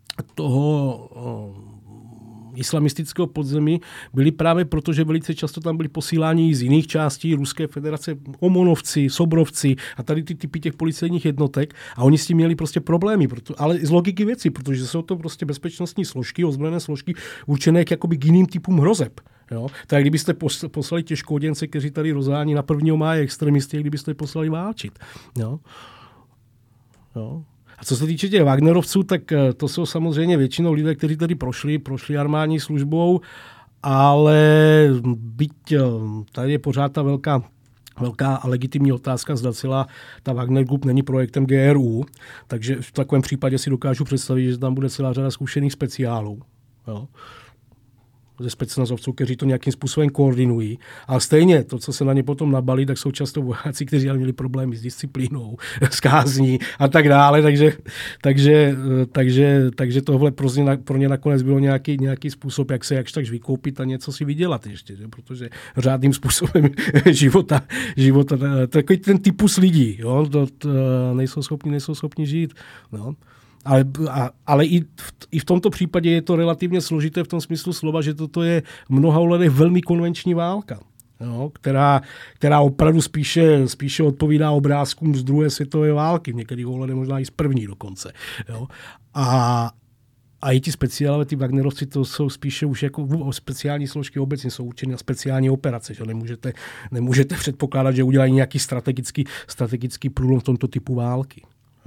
toho islamistického podzemí byly právě proto, že velice často tam byli posíláni z jiných částí Ruské federace Omonovci, Sobrovci a tady ty typy těch policejních jednotek a oni s tím měli prostě problémy, proto, ale z logiky věci, protože jsou to prostě bezpečnostní složky, ozbrojené složky určené k jakoby k jiným typům hrozeb. Jo? Tak kdybyste poslali těžkooděnce, kteří tady rozhání na prvního máje extremisty, kdybyste je poslali válčit. Jo? Jo? A co se týče těch Wagnerovců, tak to jsou samozřejmě většinou lidé, kteří tady prošli, prošli armádní službou, ale byť tady je pořád ta velká, velká a legitimní otázka, zda celá ta Wagner Group není projektem G R U, takže v takovém případě si dokážu představit, že tam bude celá řada zkušených speciálů. Jo. Ze specnazovců, kteří to nějakým způsobem koordinují. A stejně to, co se na ně potom nabalí, tak jsou často vojáci, kteří měli problémy s disciplínou, s kázní a tak dále. Takže, takže, takže, takže tohle pro ně, pro ně nakonec bylo nějaký, nějaký způsob, jak se jakž takž vykoupit a něco si vydělat ještě. Že? Protože řádným způsobem života, života takový ten typus lidí, jo? To, to, nejsou schopni, nejsou schopni žít. No. Ale, a, ale i, v, i v tomto případě je to relativně složité v tom smyslu slova, že toto je v mnoha ohledech velmi konvenční válka, jo, která, která opravdu spíše, spíše odpovídá obrázkům z druhé světové války, v některých ohledech možná i z první dokonce. Jo. A, a i ti speciálové, ty Wagnerovci, to jsou spíše už jako speciální složky obecně, jsou určené na speciální operace, že nemůžete, nemůžete předpokládat, že udělají nějaký strategický, strategický průlom v tomto typu války.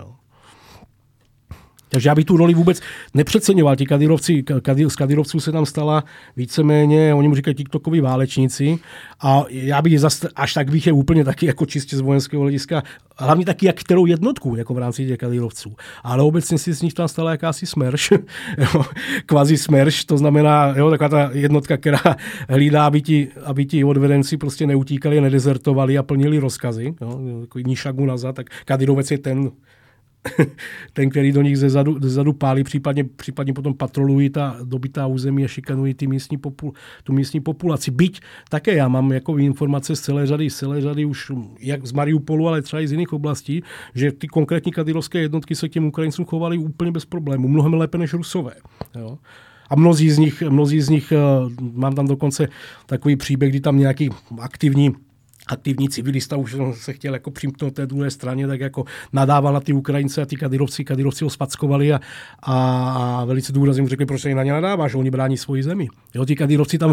Takže já bych tu roli vůbec nepřeceňoval. Ti kadyrovci, kady, z kadyrovců se tam stala víceméně, oni mu říkají tiktokoví válečníci a já bych zase, až tak bych je úplně taky jako čistě z vojenského hlediska, hlavně taky jak kterou jednotku, jako v rámci těch kadyrovců. Ale obecně si z nich tam stala jakási smerš, kvazi smerš, to znamená jo, taková ta jednotka, která hlídá, aby ti, aby ti odvedenci prostě neutíkali, nedezertovali a plnili rozkazy. Jo, takový níšagu nazad, tak kadyrovec je ten, ten, který do nich ze zadu, ze zadu pálí, případně, případně potom patrolují ta dobytá území a šikanují ty místní popul, tu místní populaci. Byť také já mám jako informace z celé řady, z celé řady už jak z Mariupolu, ale třeba i z jiných oblastí, že ty konkrétní kadyrovské jednotky se k těm Ukrajincům chovaly úplně bez problémů, mnohem lépe než Rusové. Jo. A mnozí z nich, mnozí z nich, mám tam dokonce takový příběh, kdy tam nějaký aktivní aktivní civilista už se chtěl jako přimknout té druhé straně, tak jako nadával na ty Ukrajince a ty kadyrovci, kadyrovci ho spackovali a, a velice důrazně mu řekli, proč se na ně nadáváš, oni brání svoji zemi. Jo, ty kadyrovci tam,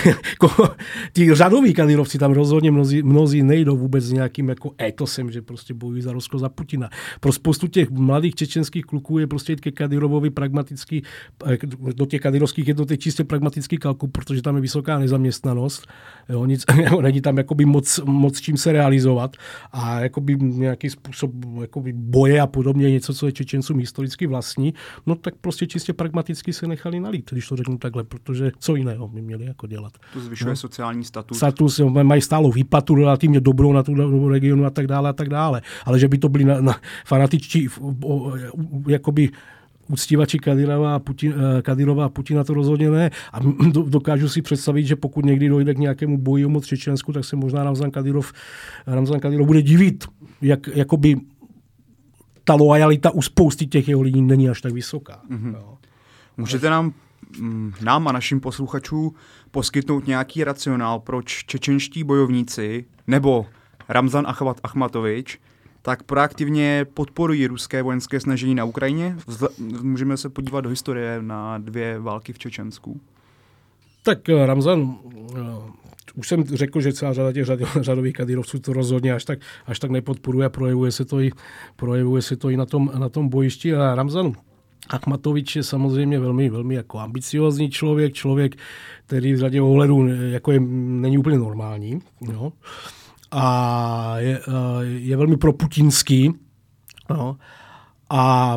ty řadoví kadyrovci tam rozhodně mnozí, mnozí nejdou vůbec s nějakým jako etosem, že prostě bojují za Rusko, za Putina. Pro spoustu těch mladých čečenských kluků je prostě ke Kadyrovovi pragmatický, do těch kadyrovských je to teď čistě pragmatický kalkul, protože tam je vysoká nezaměstnanost, jo, nic, není tam jakoby moc moc čím se realizovat a jakoby nějaký způsob jakoby boje a podobně, něco, co je Čečencům historicky vlastní, no tak prostě čistě pragmaticky se nechali nalít, když to řeknu takhle, protože co jiného by měli jako dělat. To zvyšuje no. sociální status. Status, mají stálou výplatu relativně dobrou na tu regionu a tak dále a tak dále, ale že by to byli na, na fanatičtí jakoby uctívači Kadyrova a, Putin, Kadyrova a Putina to rozhodně ne. A dokážu si představit, že pokud někdy dojde k nějakému boji o moc Čečensku, tak se možná Ramzan Kadyrov, Ramzan Kadyrov bude divit, jak jakoby ta loajalita u spousty těch jeho lidí není až tak vysoká. Mm-hmm. Jo. Můžete nám, nám a našim posluchačům poskytnout nějaký racionál, proč čečenští bojovníci nebo Ramzan Achmatovič, tak proaktivně podporují ruské vojenské snažení na Ukrajině. Můžeme se podívat do historie na dvě války v Čečensku. Tak Ramzan, už jsem řekl, že celá řada těch řadových kadýrovců to rozhodně až tak, až tak nepodporuje a projevuje se to i, projevuje se to i na tom, na tom bojišti. A Ramzan Achmatovič je samozřejmě velmi, velmi jako ambiciózní člověk, člověk, který v řadě ohledů jako je, není úplně normální. Jo. A je, je velmi proputinský. Jo. A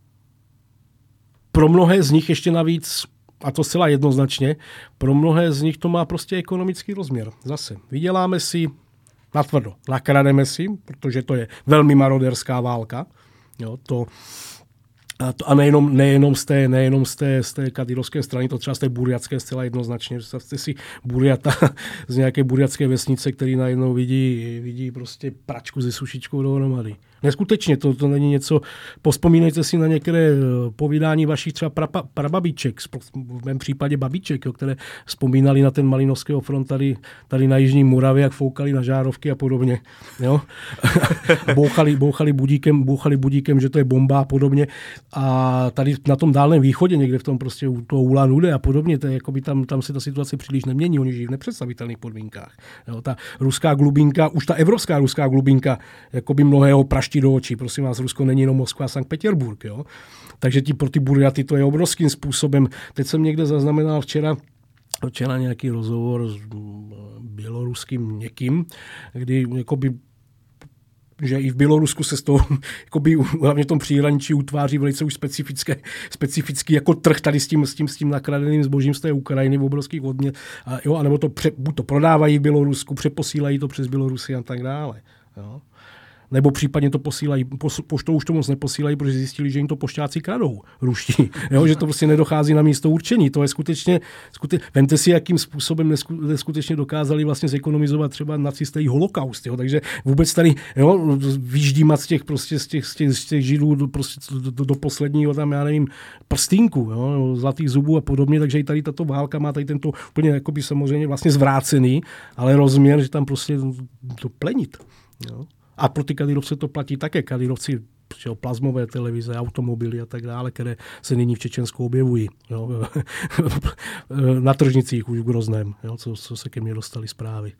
pro mnohé z nich ještě navíc, a to zcela jednoznačně, pro mnohé z nich to má prostě ekonomický rozměr. Zase vyděláme si natvrdo, nakrademe si, protože to je velmi maroderská válka. Jo, to, a, to, a nejenom, nejenom, z té, nejenom z té, z té kadyrovské strany, to třeba z té burjatské zcela jednoznačně. Představte si Burjata z nějaké burjatské vesnice, který najednou vidí, vidí prostě pračku se sušičkou dohromady. Neskutečně, to, to není něco. Povzpomínejte si na některé povídání vašich třeba pra, prababiček, v mém případě babiček, jo, které vzpomínali na ten Malinovského front tady, tady na Jižní Moravě, jak foukali na žárovky a podobně. Jo? bouchali, bouchali, budíkem, bouchali budíkem, že to je bomba a podobně. A tady na tom Dálném východě, někde v tom prostě u toho Ulan Ude a podobně, to je, jakoby tam, tam se ta situace příliš nemění, oni žijí v nepředstavitelných podmínkách. Jo? Ta ruská glubinka, už ta evropská ruská glubinka, jakoby mnohého praští do očí. Prosím vás, Rusko není jenom Moskva a Sankt Petěrburg. Jo? Takže ti pro ty Burjaty to je obrovským způsobem. Teď jsem někde zaznamenal včera, včera nějaký rozhovor s běloruským někým, kdy jakoby že i v Bělorusku se z toho, jakoby, hlavně v tom příhraničí utváří velice už specifické, specifický jako trh tady s tím, s tím, s tím nakradeným zbožím z té Ukrajiny v obrovských odměn. A jo, anebo to pře, buď to prodávají v Bělorusku, přeposílají to přes Bělorusy a tak dále. Jo. Nebo případně to posílají, poštou už to moc neposílají, protože zjistili, že jim to pošťáci kradou, ruští, jo, že to prostě nedochází na místo určení. To je skutečně, skutečně vemte si, jakým způsobem neskutečně dokázali vlastně zekonomizovat třeba nacisté i holokaust, jo, takže vůbec tady, jo, vyždímat z těch, prostě z těch, z těch, z těch židů do, prostě do, do, do posledního tam, já nevím, prstínku, jo, zlatých zubů a podobně, takže i tady tato válka má tady tento úplně jakoby samozřejmě vlastně zvrácený, ale rozměr, že tam prostě to plenit, jo. A pro ty kadyrovce to platí také. Kadyrovci, plazmové televize, automobily a tak dále, které se nyní v Čečensku objevují. Jo. Na tržnicích už v Grozném, jo, co, co se ke mně dostaly zprávy.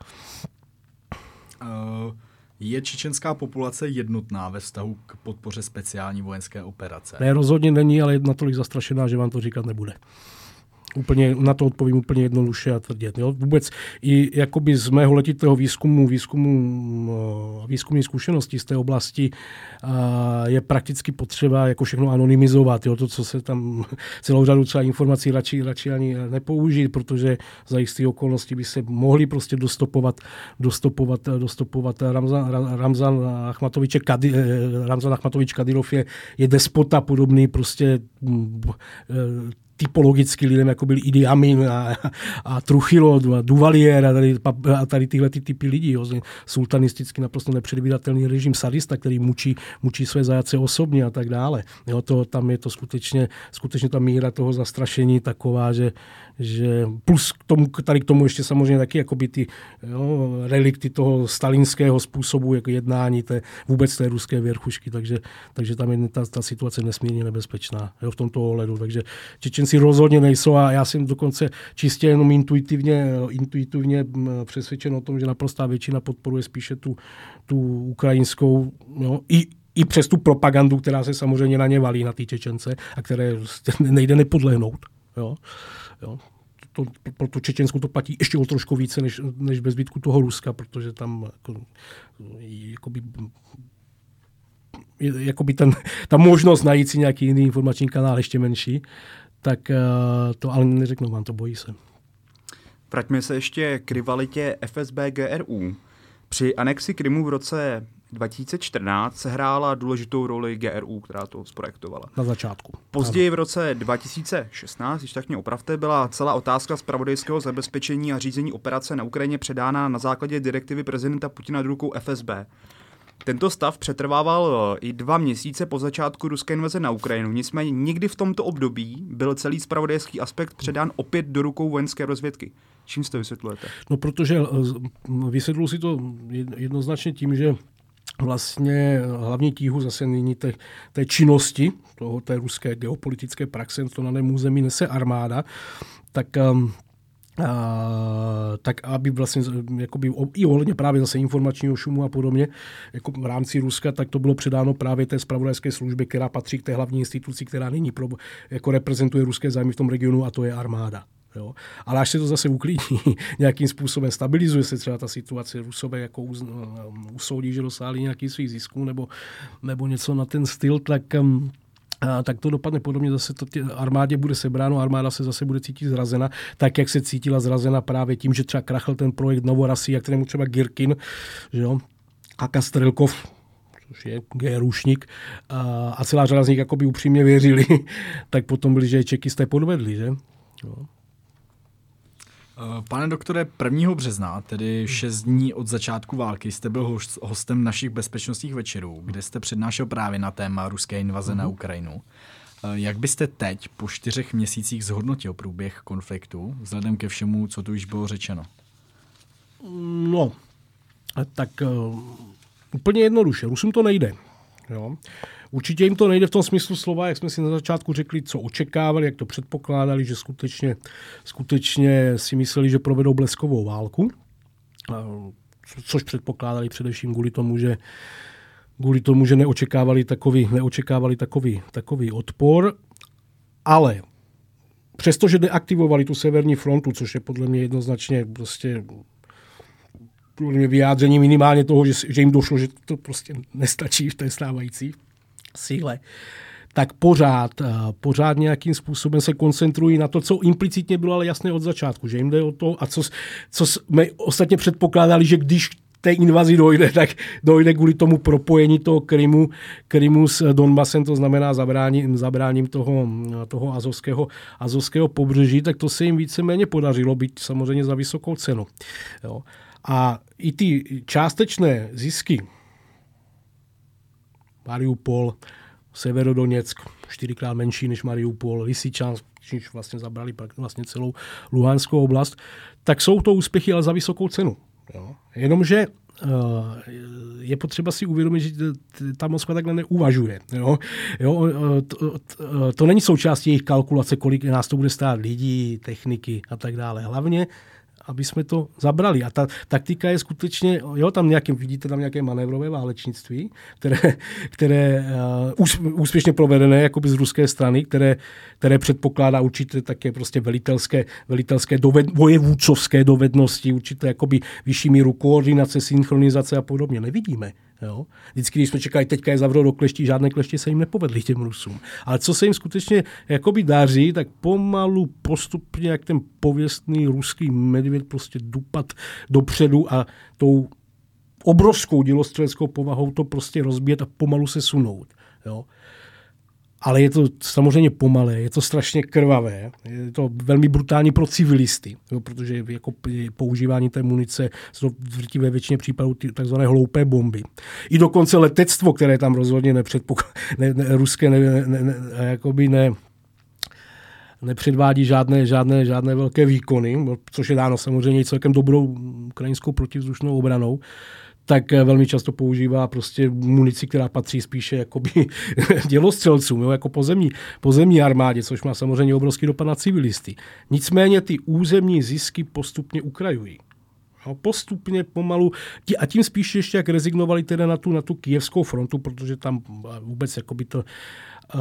Uh, je čečenská populace jednotná ve vztahu k podpoře speciální vojenské operace? Ne, rozhodně není, ale je natolik zastrašená, že vám to říkat nebude. Úplně, na to odpovím úplně jednoduše a tvrdě. Jo? Vůbec i jakoby z mého letitého výzkumu, výzkumu výzkumní zkušenosti z té oblasti a je prakticky potřeba jako všechno anonymizovat. Jo? To, co se tam celou řadu třeba informací radši, radši ani nepoužít, protože za jisté okolnosti by se mohli prostě dostopovat, dostopovat, dostopovat Ramzan, Ramzan Achmatovič Kady, Ramzan Achmatovič Kadyrov je, je despota podobný prostě typologicky lidem, jako byli Idi Amin a, a Truchilo, a Duvalier a tady, a tady tyhle ty typy lidí. Jo. Sultanisticky naprosto nepředvídatelný režim sadista, který mučí, mučí své zajace osobně a tak dále. Jo, to, tam je to skutečně, skutečně ta míra toho zastrašení taková, že, že plus k tomu, tady k tomu ještě samozřejmě taky jakoby ty jo, relikty toho stalinského způsobu jako jednání té, vůbec té ruské věrchušky, takže, takže tam je ta, ta situace nesmírně nebezpečná jo, v tomto ohledu. Takže Čečenci rozhodně nejsou a já jsem dokonce čistě jenom intuitivně, intuitivně přesvědčen o tom, že naprostá většina podporuje spíše tu, tu ukrajinskou, jo, i i přes tu propagandu, která se samozřejmě na ně valí, na ty Čečence, a které nejde nepodlehnout. Jo? Jo? To, pro tu Čečensku to platí ještě o trošku více, než, než ve zbytku toho Ruska, protože tam jako, jakoby, jakoby ten, ta možnost najít si nějaký jiný informační kanál ještě menší, tak to ale neřeknu vám, to bojí se. Vraťme se ještě k rivalitě F S B G R U. Při anexi Krymu v roce dva tisíce čtrnáct se hrála důležitou roli G R U, která to zprojektovala. Na začátku. Později v roce dva tisíce šestnáct, když tak mě opravte, byla celá otázka zpravodajského zabezpečení a řízení operace na Ukrajině předána na základě direktivy prezidenta Putina do rukou F S B. Tento stav přetrvával i dva měsíce po začátku ruské invaze na Ukrajinu. Nicméně nikdy v tomto období byl celý zpravodajský aspekt předán opět do rukou vojenské rozvědky. Čím si to vysvětlujete? No, protože vysvětluji si to jednoznačně tím, že vlastně hlavní tíhu zase nyní té, té činnosti, toho, té ruské geopolitické praxe, to na daném území nese armáda, tak um, A, tak aby vlastně jakoby, i ohledně právě zase informačního šumu a podobně, jako v rámci Ruska, tak to bylo předáno právě té zpravodajské službě, která patří k té hlavní instituci, která nyní pro, jako reprezentuje ruské zájmy v tom regionu, a to je armáda. Jo. Ale až se to zase uklidní, nějakým způsobem stabilizuje se třeba ta situace, Rusové jako uz, usoudí, že dosáhli nějaký svých zisků nebo, nebo něco na ten styl, tak um, A tak to dopadne podobně, zase to armádě bude sebráno, armáda se zase bude cítit zrazena, tak jak se cítila zrazena právě tím, že třeba krachl ten projekt Novorosija, kterému třeba Girkin, že jo, a Kastrelkov, což je GRUšník, a, a celá řada z nich jakoby upřímně věřili, tak potom byli, že čekisté podvedli, že? Jo. Pane doktore, prvního března, tedy šest dní od začátku války, jste byl hostem našich bezpečnostních večerů, kde jste přednášel právě na téma ruské invaze mm. na Ukrajinu. Jak byste teď po čtyřech měsících zhodnotil průběh konfliktu, vzhledem ke všemu, co tu již bylo řečeno? No, tak uh, úplně jednoduše. Rusům to nejde. Jo. Určitě jim to nejde v tom smyslu slova, jak jsme si na začátku řekli, co očekávali, jak to předpokládali, že skutečně, skutečně si mysleli, že provedou bleskovou válku, což předpokládali především kvůli tomu, že, kvůli tomu, že neočekávali takový, neočekávali takový, takový odpor, ale přestože deaktivovali tu severní frontu, což je podle mě jednoznačně prostě podle mě vyjádření minimálně toho, že, že jim došlo, že to prostě nestačí v té stávající síle, tak pořád, pořád nějakým způsobem se koncentrují na to, co implicitně bylo ale jasné od začátku, že jim jde o to, a co, co jsme ostatně předpokládali, že když té invazi dojde, tak dojde kvůli tomu propojení toho Krymu, Krymu s Donbasem, to znamená zabráním, zabráním toho, toho azovského, azovského pobřeží, tak to se jim víceméně podařilo, být samozřejmě za vysokou cenu. Jo. A i ty částečné zisky, Mariupol, Severodoněck, čtyřikrát menší než Mariupol, Lysyčansk, když vlastně zabrali vlastně celou Luhanskou oblast, tak jsou to úspěchy, ale za vysokou cenu. Jo. Jenomže uh, je potřeba si uvědomit, že ta Moskva takhle neuvažuje. Jo. Jo, to, to, to není součástí jejich kalkulace, kolik nás to bude stát lidí, techniky a tak dále. Hlavně aby jsme to zabrali. A ta taktika je skutečně, jo, tam nějaké, vidíte tam nějaké manévrové válečnictví, které, které uh, úspěšně provedené jakoby z ruské strany, které, které předpokládá určité také prostě velitelské, velitelské doved, vojevůdcovské dovednosti, určité jakoby vyšší míru koordinace, synchronizace a podobně. Nevidíme. Jo? Vždycky, když jsme čekali, teďka je zavřel do kleští, žádné kleště se jim nepovedly těm Rusům. Ale co se jim skutečně jakoby daří, tak pomalu, postupně, jak ten pověstný ruský medvěd prostě dupat dopředu a tou obrovskou dělostřeleckou povahou to prostě rozbíjet a pomalu se sunout. Jo? Ale je to samozřejmě pomalé, je to strašně krvavé, je to velmi brutální pro civilisty, jo, protože jako používání té munice jsou v drtivé většině případů takzvané hloupé bomby. I dokonce letectvo, které tam rozhodně nepředpokládá, ne, ne, ruské ne, ne, ne, jakoby ne, nepředvádí žádné, žádné, žádné velké výkony, což je dáno samozřejmě i celkem dobrou ukrajinskou protivzdušnou obranou, tak velmi často používá prostě munici, která patří spíše jakoby dělostřelcům, jo, jako pozemní, pozemní armádě, což má samozřejmě obrovský dopad na civilisty. Nicméně ty územní zisky postupně ukrajují. No, postupně, pomalu. A tím spíš ještě, jak rezignovali teda na tu, na tu kyjevskou frontu, protože tam vůbec jakoby to... Uh,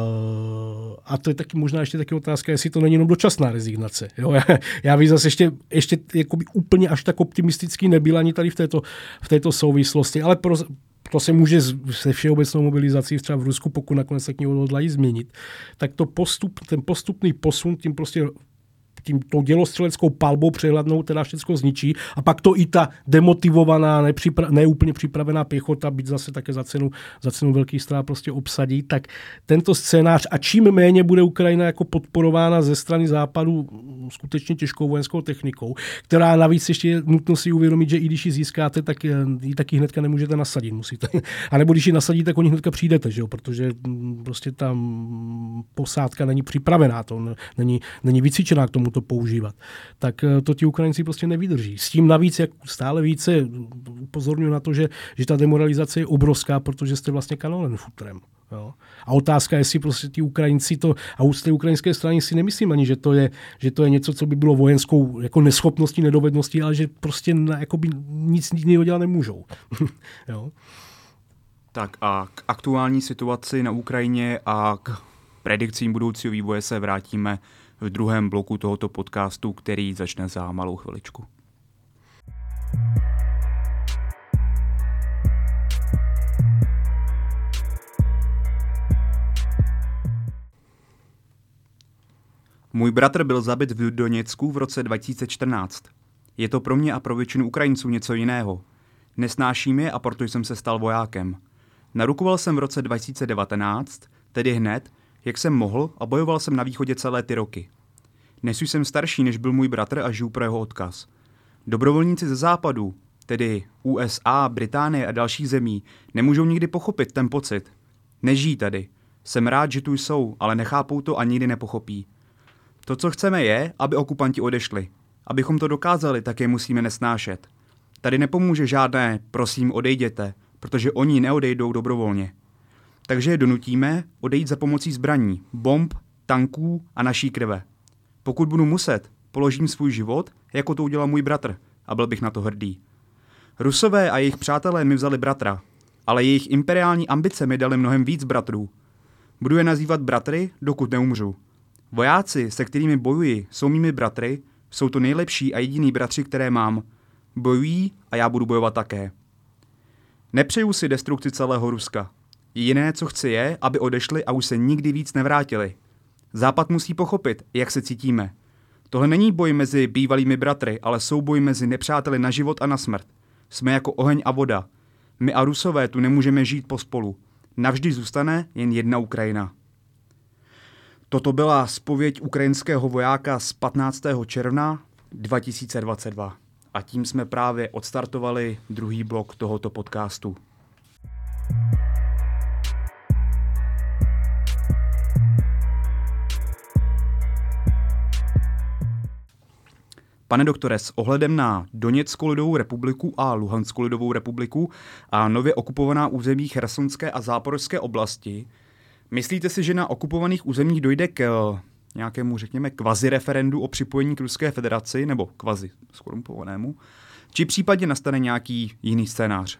a to je taky možná ještě taky otázka, jestli to není jenom dočasná rezignace. Jo? Já, já bych zase ještě, ještě jakoby úplně až tak optimistický nebyl ani tady v této, v této souvislosti, ale pro, to se může se všeobecnou mobilizací třeba v Rusku, pokud nakonec se k ní odhodlají změnit, tak to postup, ten postupný posun tím prostě tím tou dělostřeleckou palbou přehlednou teda všechno zničí a pak to i ta demotivovaná, nepřipra- neúplně připravená pěchota, být zase také za cenu, za cenu velkých ztrát prostě obsadí, tak tento scénář a čím méně bude Ukrajina jako podporována ze strany západu skutečně těžkou vojenskou technikou, která navíc ještě je nutno si uvědomit, že i když ji získáte, tak ji taky hnedka nemůžete nasadit. Musíte. A nebo když ji nasadíte, tak o ní hnedka přijdete, že jo? Protože prostě ta posádka není připravená, to není, není vycvičená k tomu to používat. Tak to ti Ukrajinci prostě nevydrží. S tím navíc, jak stále více upozorňuji na to, že, že ta demoralizace je obrovská, protože jste vlastně kanonem futrem. Jo. A otázka je, jestli prostě ti Ukrajinci to, a z té ukrajinské strany si nemyslím ani, že to je, že to je něco, co by bylo vojenskou jako neschopností, nedovedností, ale že prostě na, jakoby nic jiného dělat nemůžou. Jo. Tak a k aktuální situaci na Ukrajině a k predikcím budoucího vývoje se vrátíme v druhém bloku tohoto podcastu, který začne za malou chviličku. Můj bratr byl zabit v Doněcku v roce dva tisíce čtrnáct. Je to pro mě a pro většinu Ukrajinců něco jiného. Nesnáším je a proto jsem se stal vojákem. Narukoval jsem v roce dva tisíce devatenáct, tedy hned, jak jsem mohl, a bojoval jsem na východě celé ty roky. Dnes už jsem starší, než byl můj bratr a žiju pro jeho odkaz. Dobrovolníci ze západu, tedy U S A, Británie a dalších zemí, nemůžou nikdy pochopit ten pocit. Nežijí tady. Jsem rád, že tu jsou, ale nechápou to a nikdy nepochopí. To, co chceme, je, aby okupanti odešli. Abychom to dokázali, tak je musíme nesnášet. Tady nepomůže žádné prosím odejděte, protože oni neodejdou dobrovolně. Takže je donutíme odejít za pomocí zbraní, bomb, tanků a naší krve. Pokud budu muset, položím svůj život, jako to udělal můj bratr, a byl bych na to hrdý. Rusové a jejich přátelé mi vzali bratra, ale jejich imperiální ambice mi dali mnohem víc bratrů. Budu je nazývat bratry, dokud neumřu. Vojáci, se kterými bojuji, jsou mými bratry, jsou to nejlepší a jediný bratři, které mám. Bojují a já budu bojovat také. Nepřeju si destrukci celého Ruska. Jediné, co chci, je, aby odešli a už se nikdy víc nevrátili. Západ musí pochopit, jak se cítíme. Tohle není boj mezi bývalými bratry, ale souboj mezi nepřáteli na život a na smrt. Jsme jako oheň a voda. My a Rusové tu nemůžeme žít pospolu. Navždy zůstane jen jedna Ukrajina. Toto byla zpověď ukrajinského vojáka z patnáctého června dva tisíce dvacet dva. A tím jsme právě odstartovali druhý blok tohoto podcastu. Pane doktore, s ohledem na Doněckou lidovou republiku a Luhanskou lidovou republiku a nově okupovaná území Chersonské a Záporožské oblasti, myslíte si, že na okupovaných územích dojde k nějakému, řekněme, kvazi referendu o připojení k Ruské federaci, nebo kvazi skorumpovanému, či případně nastane nějaký jiný scénář?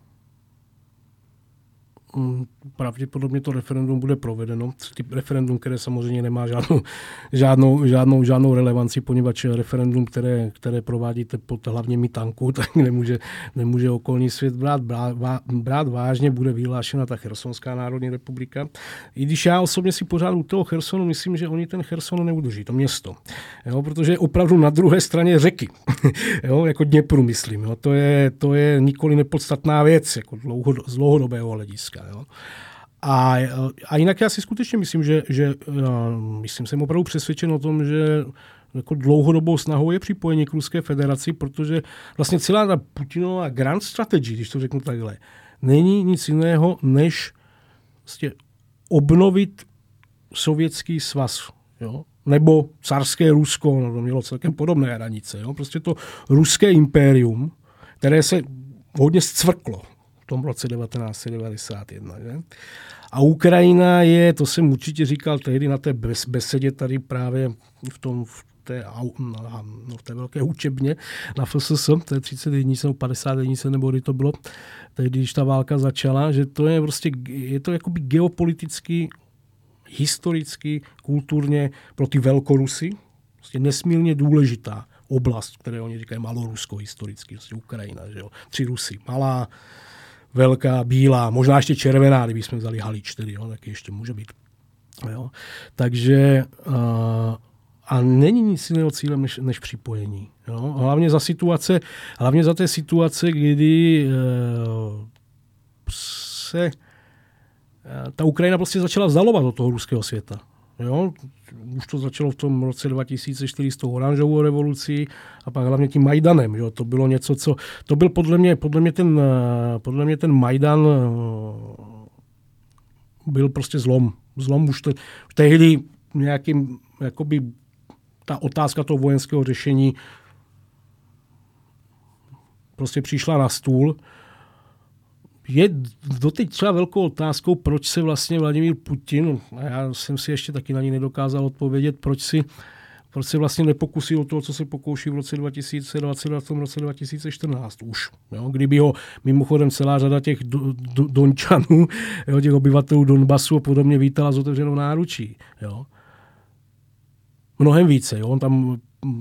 Pravděpodobně to referendum bude provedeno. Typ referendum, které samozřejmě nemá žádnou, žádnou, žádnou, žádnou relevanci, poněvadž referendum, které, které provádíte pod hlavněmi tanků, tak nemůže, nemůže okolní svět brát, brát, brát vážně, bude vyhlášena ta Chersonská národní republika. I když já osobně si pořád u toho Chersonu myslím, že oni ten Cherson neudrží, to město. Jo, protože je opravdu na druhé straně řeky. Jo, jako Dněpru, myslím. Jo. To, je, to je nikoli nepodstatná věc jako dlouho, z dlouhodobého hlediska. Jo. A, a jinak já si skutečně myslím, že, že myslím, jsem opravdu přesvědčen o tom, že jako dlouhodobou snahou je připojení k Ruské federaci, protože vlastně celá ta Putinová grand strategy, když to řeknu takhle, není nic jiného, než vlastně obnovit Sovětský svaz, jo? Nebo carské Rusko, no to mělo celkem podobné hranice. Jo? Prostě to ruské impérium, které se hodně zcvrklo v tom roce devatenáct set devadesát jedna. Že? A Ukrajina je, to jsem určitě říkal tehdy na té besedě tady právě v tom v té, no, v té velké učebně na F S S, to je třicet jedna nebo padesát jedna, nebo kdy to bylo, tehdy, když ta válka začala, že to je prostě, je to jakoby geopoliticky, historicky, kulturně pro ty velkorusy prostě nesmírně důležitá oblast, které oni říkají Malorusko historicky, prostě Ukrajina, že jo. Tři Rusy, malá, velká, bílá, možná ještě červená, kdybychom vzali Halič, tedy, jo, taky ještě může být. Jo. Takže a, a není nic jiného cílem než, než připojení. Jo. Hlavně za situace, hlavně za té situace, kdy e, se ta Ukrajina prostě začala vzdalovat od toho ruského světa. Jo? Už to začalo v tom roce dva tisíce čtyři s tou oranžovou revolucí a pak hlavně tím Majdanem. Jo? To bylo něco, co... To byl podle mě, podle mě, ten, podle mě ten Majdan byl prostě zlom. Zlom už te, tehdy nějakým, jakoby ta otázka toho vojenského řešení prostě přišla na stůl. Je doteď třeba velkou otázkou, proč se vlastně Vladimír Putin, a já jsem si ještě taky na ní nedokázal odpovědět, proč si proč se vlastně nepokusil o to, co se pokouší v roce dva tisíce dvacet a v tom roce dva tisíce čtrnáct už. Jo? Kdyby ho mimochodem celá řada těch do, do, Dončanů, jo, těch obyvatelů Donbasu a podobně vítala s otevřenou náručí. Jo? Mnohem více. Jo? On tam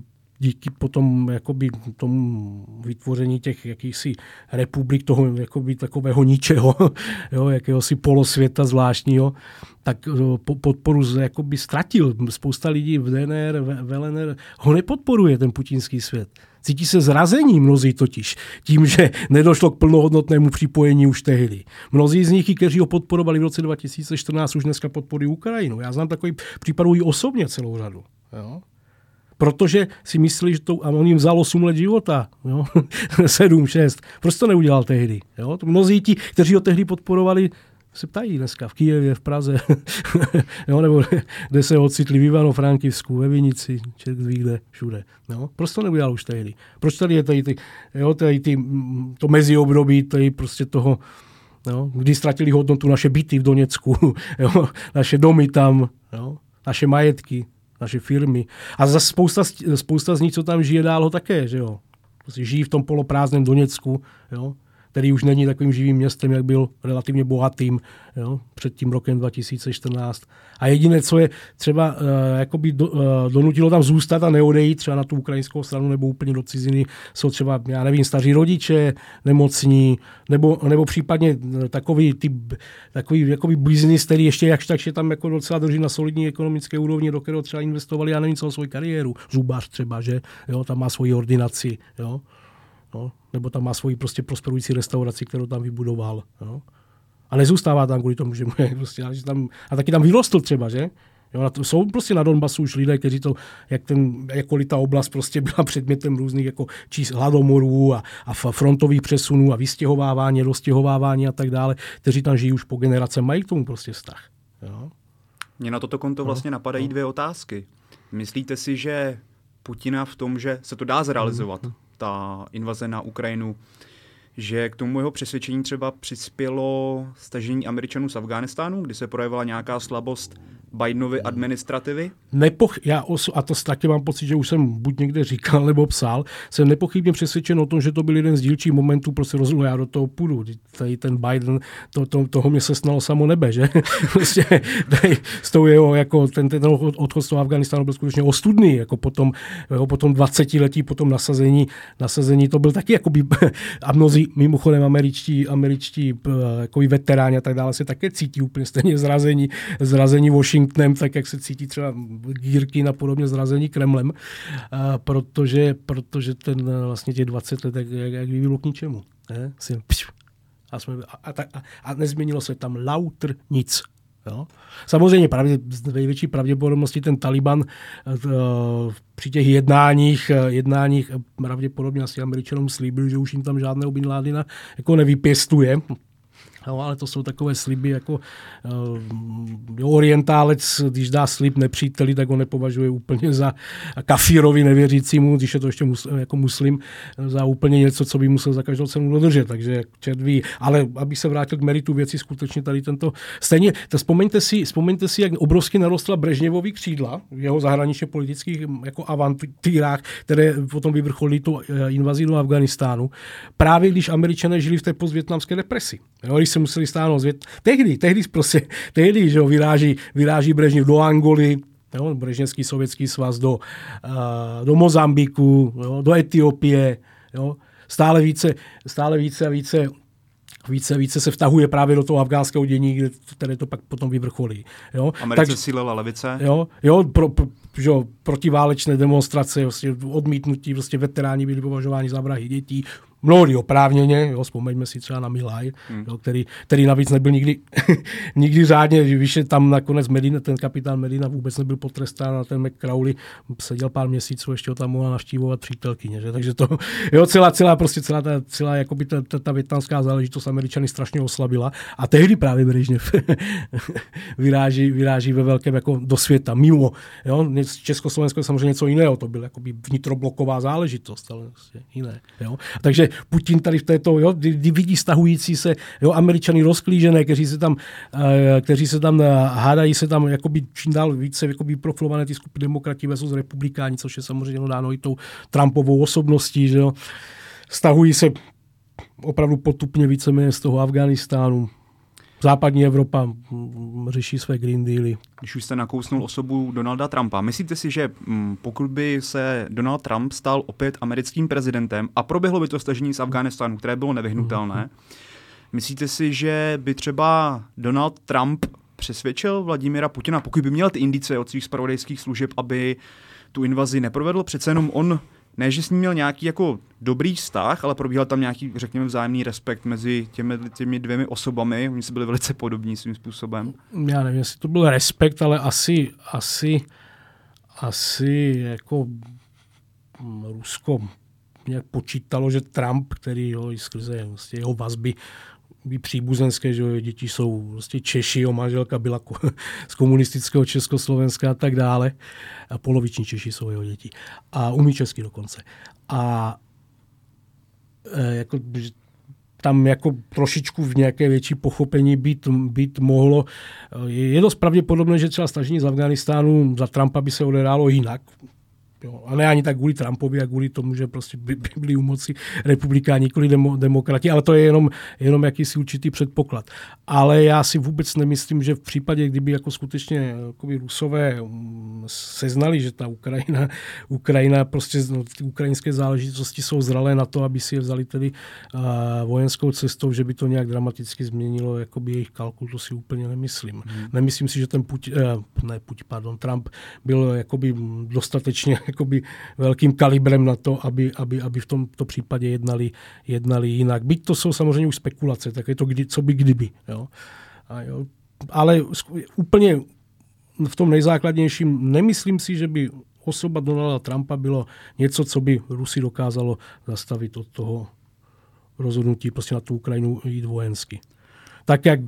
díky potom jakoby tomu vytvoření těch jakýchsi republik, toho jakoby takového ničeho, jo, jakéhosi polosvěta zvláštního, tak podporu jakoby ztratil. Spousta lidí v D N R, v L N R ho nepodporuje ten putinský svět. Cítí se zrazení mnozí totiž tím, že nedošlo k plnohodnotnému připojení už tehdy. Mnozí z nich, kteří ho podporovali v roce dva tisíce čtrnáct, už dneska podporují Ukrajinu. Já znám takový případů i osobně celou řadu. Jo. Protože si myslí, že to, a on jim vzal osm let života, jo? sedm, šest. Proč to neudělal tehdy? Jo? To mnozí ti, kteří ho tehdy podporovali, se ptají dneska v Kyjevě, v Praze, jo? Nebo kde se ocitli v Ivano-Frankivsku, ve Vinici, Čerk ví kde, všude. Jo? Proč to neudělal už tehdy? Proč tady je tady, ty, jo, tady ty, to meziobdobí tady prostě toho, jo? Kdy ztratili hodnotu naše byty v Doněcku, jo? Naše domy tam, jo? Naše majetky, naše firmy. A za spousta, spousta z nich, co tam žije dál, ho také, že jo. Prostě žijí v tom poloprázdném Doněcku, jo, který už není takovým živým městem, jak byl relativně bohatým, jo, před tím rokem dva tisíce čtrnáct. A jediné, co je třeba uh, jakoby do, uh, donutilo tam zůstat a neodejít třeba na tu ukrajinskou stranu nebo úplně do ciziny, jsou třeba, já nevím, staří rodiče, nemocní, nebo, nebo případně takový, ty, takový jakoby biznis, který ještě jakž tak je tam jako docela drží na solidní ekonomické úrovni, do kterého třeba investovali, já nevím, celou svou kariéru. Zubař třeba, že? Jo, tam má svoji ordinaci, jo. No, nebo tam má svoji prostě prosperující restauraci, kterou tam vybudoval. Jo. A nezůstává tam kvůli tomu, že mu je prostě, tam, a taky tam vyrostl třeba, že? Jo, to jsou prostě na Donbasu už lidé, kteří to, jak ten, jakkoliv ta oblast prostě byla předmětem různých jako čís, hladomorů a, a frontových přesunů a vystěhovávání, roztěhovávání a tak dále, kteří tam žijí už po generace, mají k tomu prostě vztah. Jo. Mně na toto konto vlastně no, napadají no. dvě otázky. Myslíte si, že Putina v tom, že se to dá zrealizovat, mm. ta invaze na Ukrajinu, že k tomu jeho přesvědčení třeba přispělo stažení Američanů z Afghánistánu, kdy se projevila nějaká slabost Bidenovy administrativy? Nepoch- já oso- a to taky mám pocit, že už jsem buď někde říkal nebo psal, jsem nepochybně přesvědčen o tom, že to byl jeden z dílčích momentů, prostě rozhodl, já do toho půjdu. Tady ten Biden, to, to, toho mě se snalo samo nebe, že? Prostě tady, s tou jeho, jako ten, ten odchod z toho Afghánistánu byl skutečně ostudný, jako potom, jo, potom dvacetiletí, potom nasazení, nasazení, to byl taky jakoby, a mnozí mimochodem američtí, američtí jakoby veteráni a tak dále se také cítí úplně stejně zrazení, zrazení Washingtonem, tak jak se cítí třeba Gírkin a podobně zrazení Kremlem, a protože, protože ten vlastně těch dvacet let, jak, jak vyvíjelo k ničemu. Ne? A, jsme, a, a, a nezměnilo se tam lautr nic. Jo? Samozřejmě pravdě, z největší pravděpodobnosti ten Taliban uh, při těch jednáních, jednáních pravděpodobně asi Američanům slíbil, že už jim tam žádného Bin Ládina jako nevypěstuje. No, ale to jsou takové sliby, jako uh, orientálec, když dá slib nepříteli, tak ho nepovažuje úplně za kafírovi nevěřícímu, když je to ještě mus, jako muslim, za úplně něco, co by musel za každou cenu dodržet. Takže červí. Ale abych se vrátil k meritu věci, skutečně tady tento... Stejně, to vzpomeňte si, vzpomeňte si, jak obrovsky narostla Brežněvový křídla v jeho zahraničně politických jako avantýrách, které potom vyvrcholily tu invazi do Afghánistánu. Právě když Američané žili v té postvětnamské depresi. Jo, když se museli stáhnout zvět. Tehdy, tehdy prostě, tehdy, že jo, vyráží, vyráží Brežněv do Angoly, jo, Brežněvský sovětský svaz, do, uh, do Mozambiku, jo, do Etiopie, jo, stále více, stále více a více Více, více se vtahuje právě do toho afgánského dění, které to pak potom vyvrcholí. Jo? Americe tak, sílila levice. Jo, jo, pro, pro, že, protiválečné demonstrace, vlastně odmítnutí, vlastně veteráni byli považováni za vrahy dětí, mnohdy oprávněně, jo, vzpomeňme si třeba na Milaj, hmm. jo, který, který navíc nebyl nikdy, nikdy řádně, víš, tam nakonec Medina, ten kapitán Medina vůbec nebyl potrestán a ten McCrowley seděl pár měsíců, ještě ho tam mohla navštívovat přítelkyně, že? Takže to, jo, celá, celá, prostě celá ta, celá, jakoby ta, ta, ta vietnamská záležitost Američany strašně oslabila a tehdy právě Brežněv vyráží, vyráží ve velkém jako do světa, mimo, jo, Československo je samozřejmě něco jiného, to byl jakoby vnitrobloková záležitost, ale vlastně jiné, jo. Takže Putin tady v této, jo, kdy vidí stahující se, jo, Američany rozklížené, kteří se tam, uh, kteří se tam uh, hádají se tam jakoby čím dál více jakoby profilované ty skupiny demokrati versus republikáni, což je samozřejmě dáno i tou Trumpovou osobností, že jo. Stahují se opravdu potupně víceméně z toho Afghánistánu. Západní Evropa řeší své Green Dealy. Když už jste nakousnul osobu Donalda Trumpa, myslíte si, že pokud by se Donald Trump stal opět americkým prezidentem a proběhlo by to stažení z Afghánistánu, které bylo nevyhnutelné, mm-hmm. myslíte si, že by třeba Donald Trump přesvědčil Vladimira Putina, pokud by měl ty indicie od svých zpravodajských služeb, aby tu invazi neprovedl? Přece jenom on, ne, že s ním měl nějaký jako dobrý vztah, ale probíhal tam nějaký, řekněme, vzájemný respekt mezi těmi, těmi dvěmi osobami. Oni si byli velice podobní svým způsobem. Já nevím, jestli to byl respekt, ale asi, asi, asi jako Rusko nějak počítalo, že Trump, který jo, skrze vlastně jeho vazby příbuzenské, že jo, děti jsou vlastně Češi, jo, manželka byla z komunistického Československa a tak dále. A poloviční Češi jsou jeho děti. A umí česky dokonce. A e, jako, tam jako trošičku v nějaké větší pochopení být, být mohlo. Je, je dost pravděpodobné, že třeba stažení z Afghánistánu za Trumpa by se odehrálo jinak. Jo, a ne ani tak kvůli Trumpovi a kvůli tomu, že prostě by, by byli u moci republikáni, nikoli demo, demokrati, ale to je jenom, jenom jakýsi určitý předpoklad. Ale já si vůbec nemyslím, že v případě, kdyby jako skutečně jako Rusové seznali, že ta Ukrajina, Ukrajina prostě no, ty ukrajinské záležitosti jsou zralé na to, aby si je vzali tedy uh, vojenskou cestou, že by to nějak dramaticky změnilo jakoby jejich kalkul, to si úplně nemyslím. Hmm. Nemyslím si, že ten Putin, uh, ne Putin, pardon, Trump byl jakoby dostatečně jakoby velkým kalibrem na to, aby, aby, aby v tomto případě jednali, jednali jinak. Byť to jsou samozřejmě už spekulace, tak je to kdy, co by kdyby. Jo. A jo. Ale úplně v tom nejzákladnějším nemyslím si, že by osoba Donalda Trumpa bylo něco, co by Rusy dokázalo zastavit od toho rozhodnutí prostě na tu Ukrajinu jít vojensky. Tak jak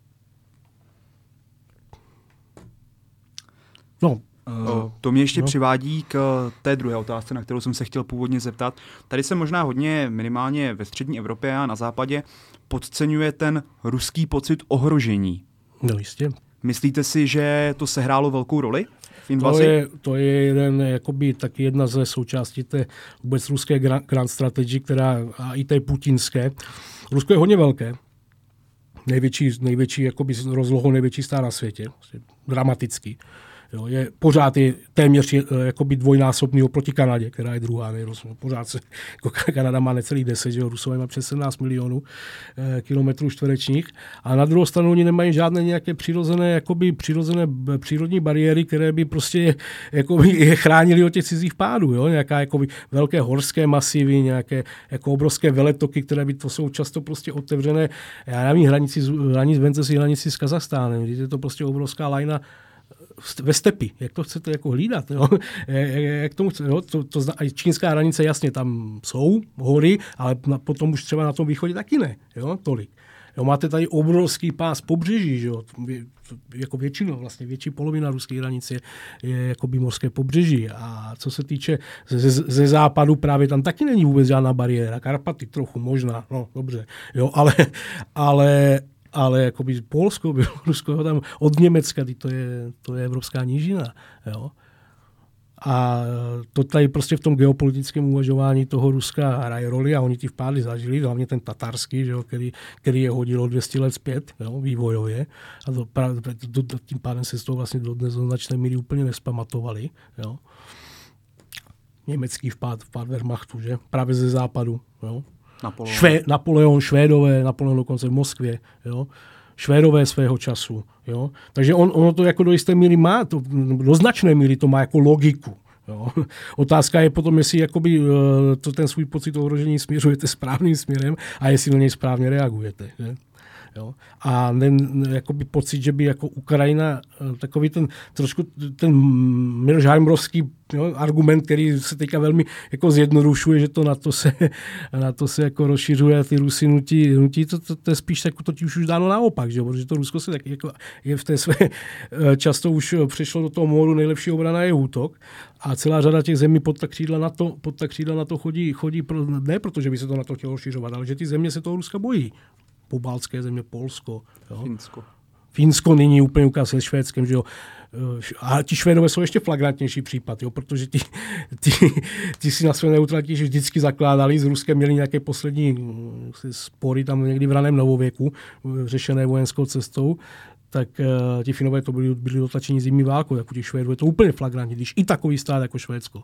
no, Uh, to mě ještě no. přivádí k té druhé otázce, na kterou jsem se chtěl původně zeptat. Tady se možná hodně, minimálně ve střední Evropě a na západě, podceňuje ten ruský pocit ohrožení. No jistě. Myslíte si, že to sehrálo velkou roli v invazi? To je, to je jeden, jakoby, taky jedna ze součástí té vůbec ruské grand, grand strategy, která a i té putinské. Rusko je hodně velké. Největší, největší jakoby, rozlohou největší stát na světě. Dramatický. Jo, je, pořád je téměř je, jakoby dvojnásobný oproti Kanadě, která je druhá nejrozumí. Pořád se, jako Kanada má necelých deset, že jo, Rusové má přes sedmnáct milionů eh, kilometrů čtverečních. A na druhou stranu oni nemají žádné nějaké přirozené, jakoby přirozené přírodní bariéry, které by prostě jakoby, je chránily od těch cizích pádů. Jo? Nějaká jakoby, velké horské masivy, nějaké jako obrovské veletoky, které by to jsou často prostě otevřené. Já nevím, hranici, hranici, vence si hranici s Kazachstánem, když je to prostě obrovská lajna ve stepi, jak to chcete jako hlídat, jo? Jak tomu chcete, jo? To, to, čínská hranice, jasně, tam jsou hory, ale na, potom už třeba na tom východě taky ne, jo? Tolik. Jo, máte tady obrovský pás pobřeží, že jo? Jako většinou, vlastně větší polovina ruské hranice je, je jakoby mořské pobřeží. A co se týče ze, ze západu, právě tam taky není vůbec žádná bariéra. Karpaty trochu možná, no dobře, jo, ale, ale ale jakoby Polsko, Rusko, tam od Německa, to je, to je evropská nížina. Jo. A to tady prostě v tom geopolitickém uvažování toho Ruska hraje roli a oni ty vpády zažili, hlavně ten tatarský, že jo, který, který je hodilo dvě stě let zpět, jo, vývojově. A to, to, to, tím pádem se z toho vlastně dodnes do značné míry úplně nespamatovali. Jo. Německý vpád, vpád Wehrmachtu, že? Právě ze západu. Jo. Napoleon. Švé, Napoleon, Švédové, Napoleon dokonce v Moskvě, jo. Švédové svého času, jo. Takže on, ono to jako do jisté míry má, to, do značné míry to má jako logiku, Jo. Otázka je potom, jestli jakoby, to ten svůj pocit ohrožení směřujete správným směrem a jestli na něj správně reagujete. Že? Jo. A ten jakoby pocit, že by jako Ukrajina, takový ten trošku ten Milžheimerovský argument, který se teďka velmi jako zjednodušuje, že to na to se, na to se jako rozšiřuje a ty Rusy nutí, nutí to, to, to je spíš jako to už dáno naopak, že? Protože to Rusko se tak jako je v té své často už přešlo do toho módu nejlepší obrana je útok a celá řada těch zemí pod ta křídla na to, pod ta křídla na to chodí, chodí pro, ne protože by se to na to chtělo rozšiřovat, ale že ty země se toho Ruska bojí. Pobaltské země, Polsko. Jo. Finsko. Finsko nyní úplně ukázal se Švédskem, že jo. A ti Švédové jsou ještě flagrantnější případ, jo, protože ti, ti, ti si na své neutralitě vždycky zakládali, s Ruskem měli nějaké poslední spory tam někdy v raném novověku, řešené vojenskou cestou, tak uh, ti Finové to byli, byli dotlačeni zimní válkou, jako ti Švédové, to úplně flagrantně, když i takový stát jako Švédsko.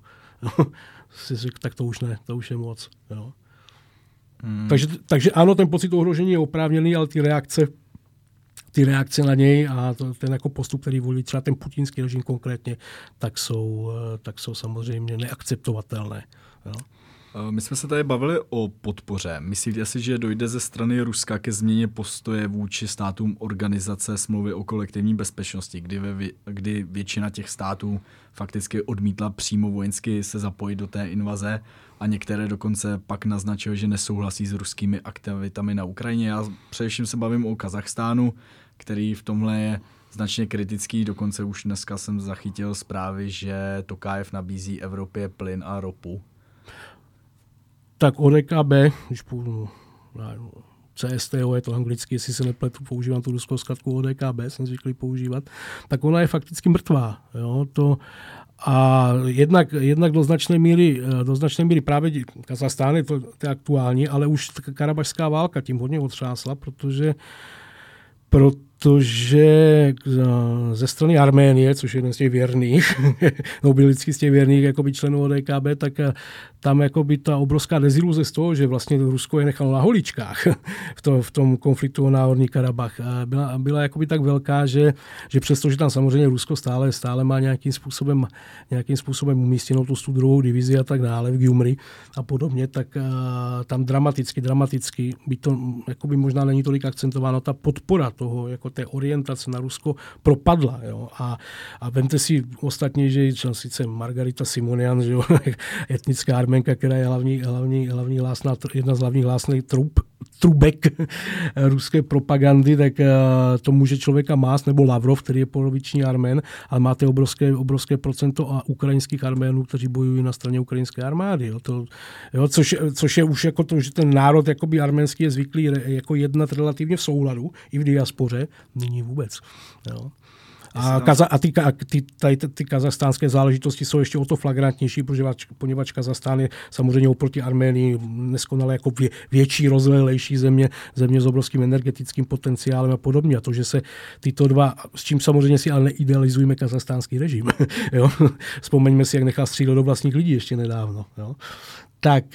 Tak to už ne, to už je moc. Jo. Hmm. Takže, takže ano, ten pocit ohrožení je oprávněný, ale ty reakce, ty reakce na něj a to, ten jako postup, který volí třeba ten putinský režim konkrétně, tak jsou, tak jsou samozřejmě neakceptovatelné. Jo. My jsme se tady bavili o podpoře. Myslíte si, že dojde ze strany Ruska ke změně postoje vůči státům organizace smlouvy o kolektivní bezpečnosti, kdy, ve, kdy většina těch států fakticky odmítla přímo vojensky se zapojit do té invaze a některé dokonce pak naznačily, že nesouhlasí s ruskými aktivitami na Ukrajině. Já především se bavím o Kazachstánu, který v tomhle je značně kritický. Dokonce už dneska jsem zachytil zprávy, že Tokajev nabízí Evropě plyn a ropu. Tak O D K B, když půjdu, C S T O je to anglicky, jestli se nepletu, používám tu ruskou zkratku O D K B, jsem zvyklý používat, tak ona je fakticky mrtvá. Jo? To, a jednak, jednak do značné míry, do značné míry právě Kazachstán je to, to je aktuální, ale už karabašská válka tím hodně otřásla, protože protože ze strany Arménie, což je jeden z těch věrných, no byl vždycky z těch věrných jakoby členů O D K B, tak tam jakoby ta obrovská deziluze z toho, že vlastně Rusko je nechalo na holičkách v tom, v tom konfliktu o Náhorní Karabach, byla, byla jakoby tak velká, že, že přesto, že tam samozřejmě Rusko stále, stále má nějakým způsobem, nějakým způsobem umístěnou tu druhou divizi a tak dále v Gyumri a podobně, tak tam dramaticky, dramaticky, by to jakoby možná není tolik akcentováno, ta podpora toho, jako té orientace na Rusko propadla. Jo? A, a vemte si ostatně, že sice Margarita Simonian, že jo, etnická Arménka, která je hlavní, hlavní, hlavní hlásná, jedna z hlavních hlásných trub, trubek ruské propagandy, tak to může člověka mást, nebo Lavrov, který je poloviční Armén, ale máte obrovské, obrovské procento a ukrajinských Arménů, kteří bojují na straně ukrajinské armády. Jo? To, jo, což, což je už jako to, že ten národ jakoby arménský je zvyklý jako jednat relativně v souladu, i v diaspoře, nyní vůbec. Jo. A, kaza, a ty, ty, ty, ty kazachstánské záležitosti jsou ještě o to flagrantnější, protože, poněvadž Kazachstán je samozřejmě oproti Arménii neskonale jako vě, větší, rozlehlejší země, země s obrovským energetickým potenciálem a podobně. A to, že se tyto dva, s čím samozřejmě si ale neidealizujeme kazachstánský režim. Jo? Vzpomeňme si, jak nechal střílet do vlastních lidí ještě nedávno. Jo? Tak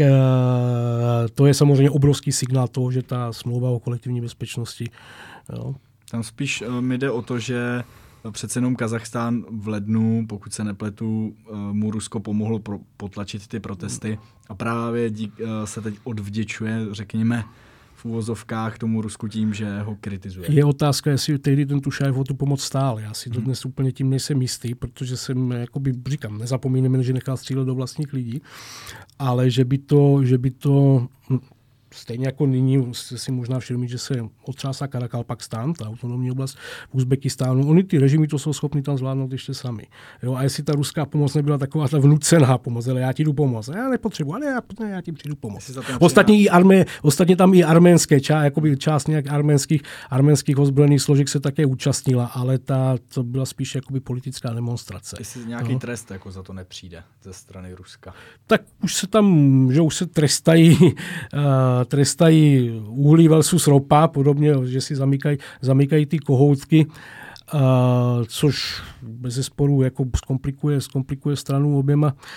to je samozřejmě obrovský signál toho, že ta smlouva o kolektivní bezpečnosti. Jo. Tam spíš mi jde o to, že přece jenom Kazachstán v lednu, pokud se nepletu, mu Rusko pomohlo pro, potlačit ty protesty a právě dík, se teď odvděčuje, řekněme, v uvozovkách tomu Rusku tím, že ho kritizuje. Je otázka, jestli tehdy ten Tušajev o tu pomoc stál. Já si dodnes hmm. úplně tím nejsem jistý, protože jsem, jakoby, říkám, nezapomínáme, že nechal střílet do vlastních lidí, ale že by to, že by to stejně jako nyní si možná všimnout, že se otřásá Karakalpakstán, ta autonomní oblast v Uzbekistánu. Oni ty režimy to jsou schopni tam zvládnout ještě sami. Jo, a jestli ta ruská pomoc nebyla taková ta vnucená pomoc, ale já ti jdu pomoct. Já nepotřebuji, ale já, ne, já ti přijdu pomoct. Ostatně, i armé, ostatně tam i arménské, ča, jakoby část nějak arménských, arménských ozbrojených složek se také účastnila, ale ta, to byla spíš jakoby politická demonstrace. Jestli nějaký no. trest jako za to nepřijde ze strany Ruska. Tak už se tam, že už se trestají uh, trestají uhlí versus ropa, podobně, že si zamykají, zamykají ty kohoutky, uh, což bezesporu jako zkomplikuje, zkomplikuje stranu oběma,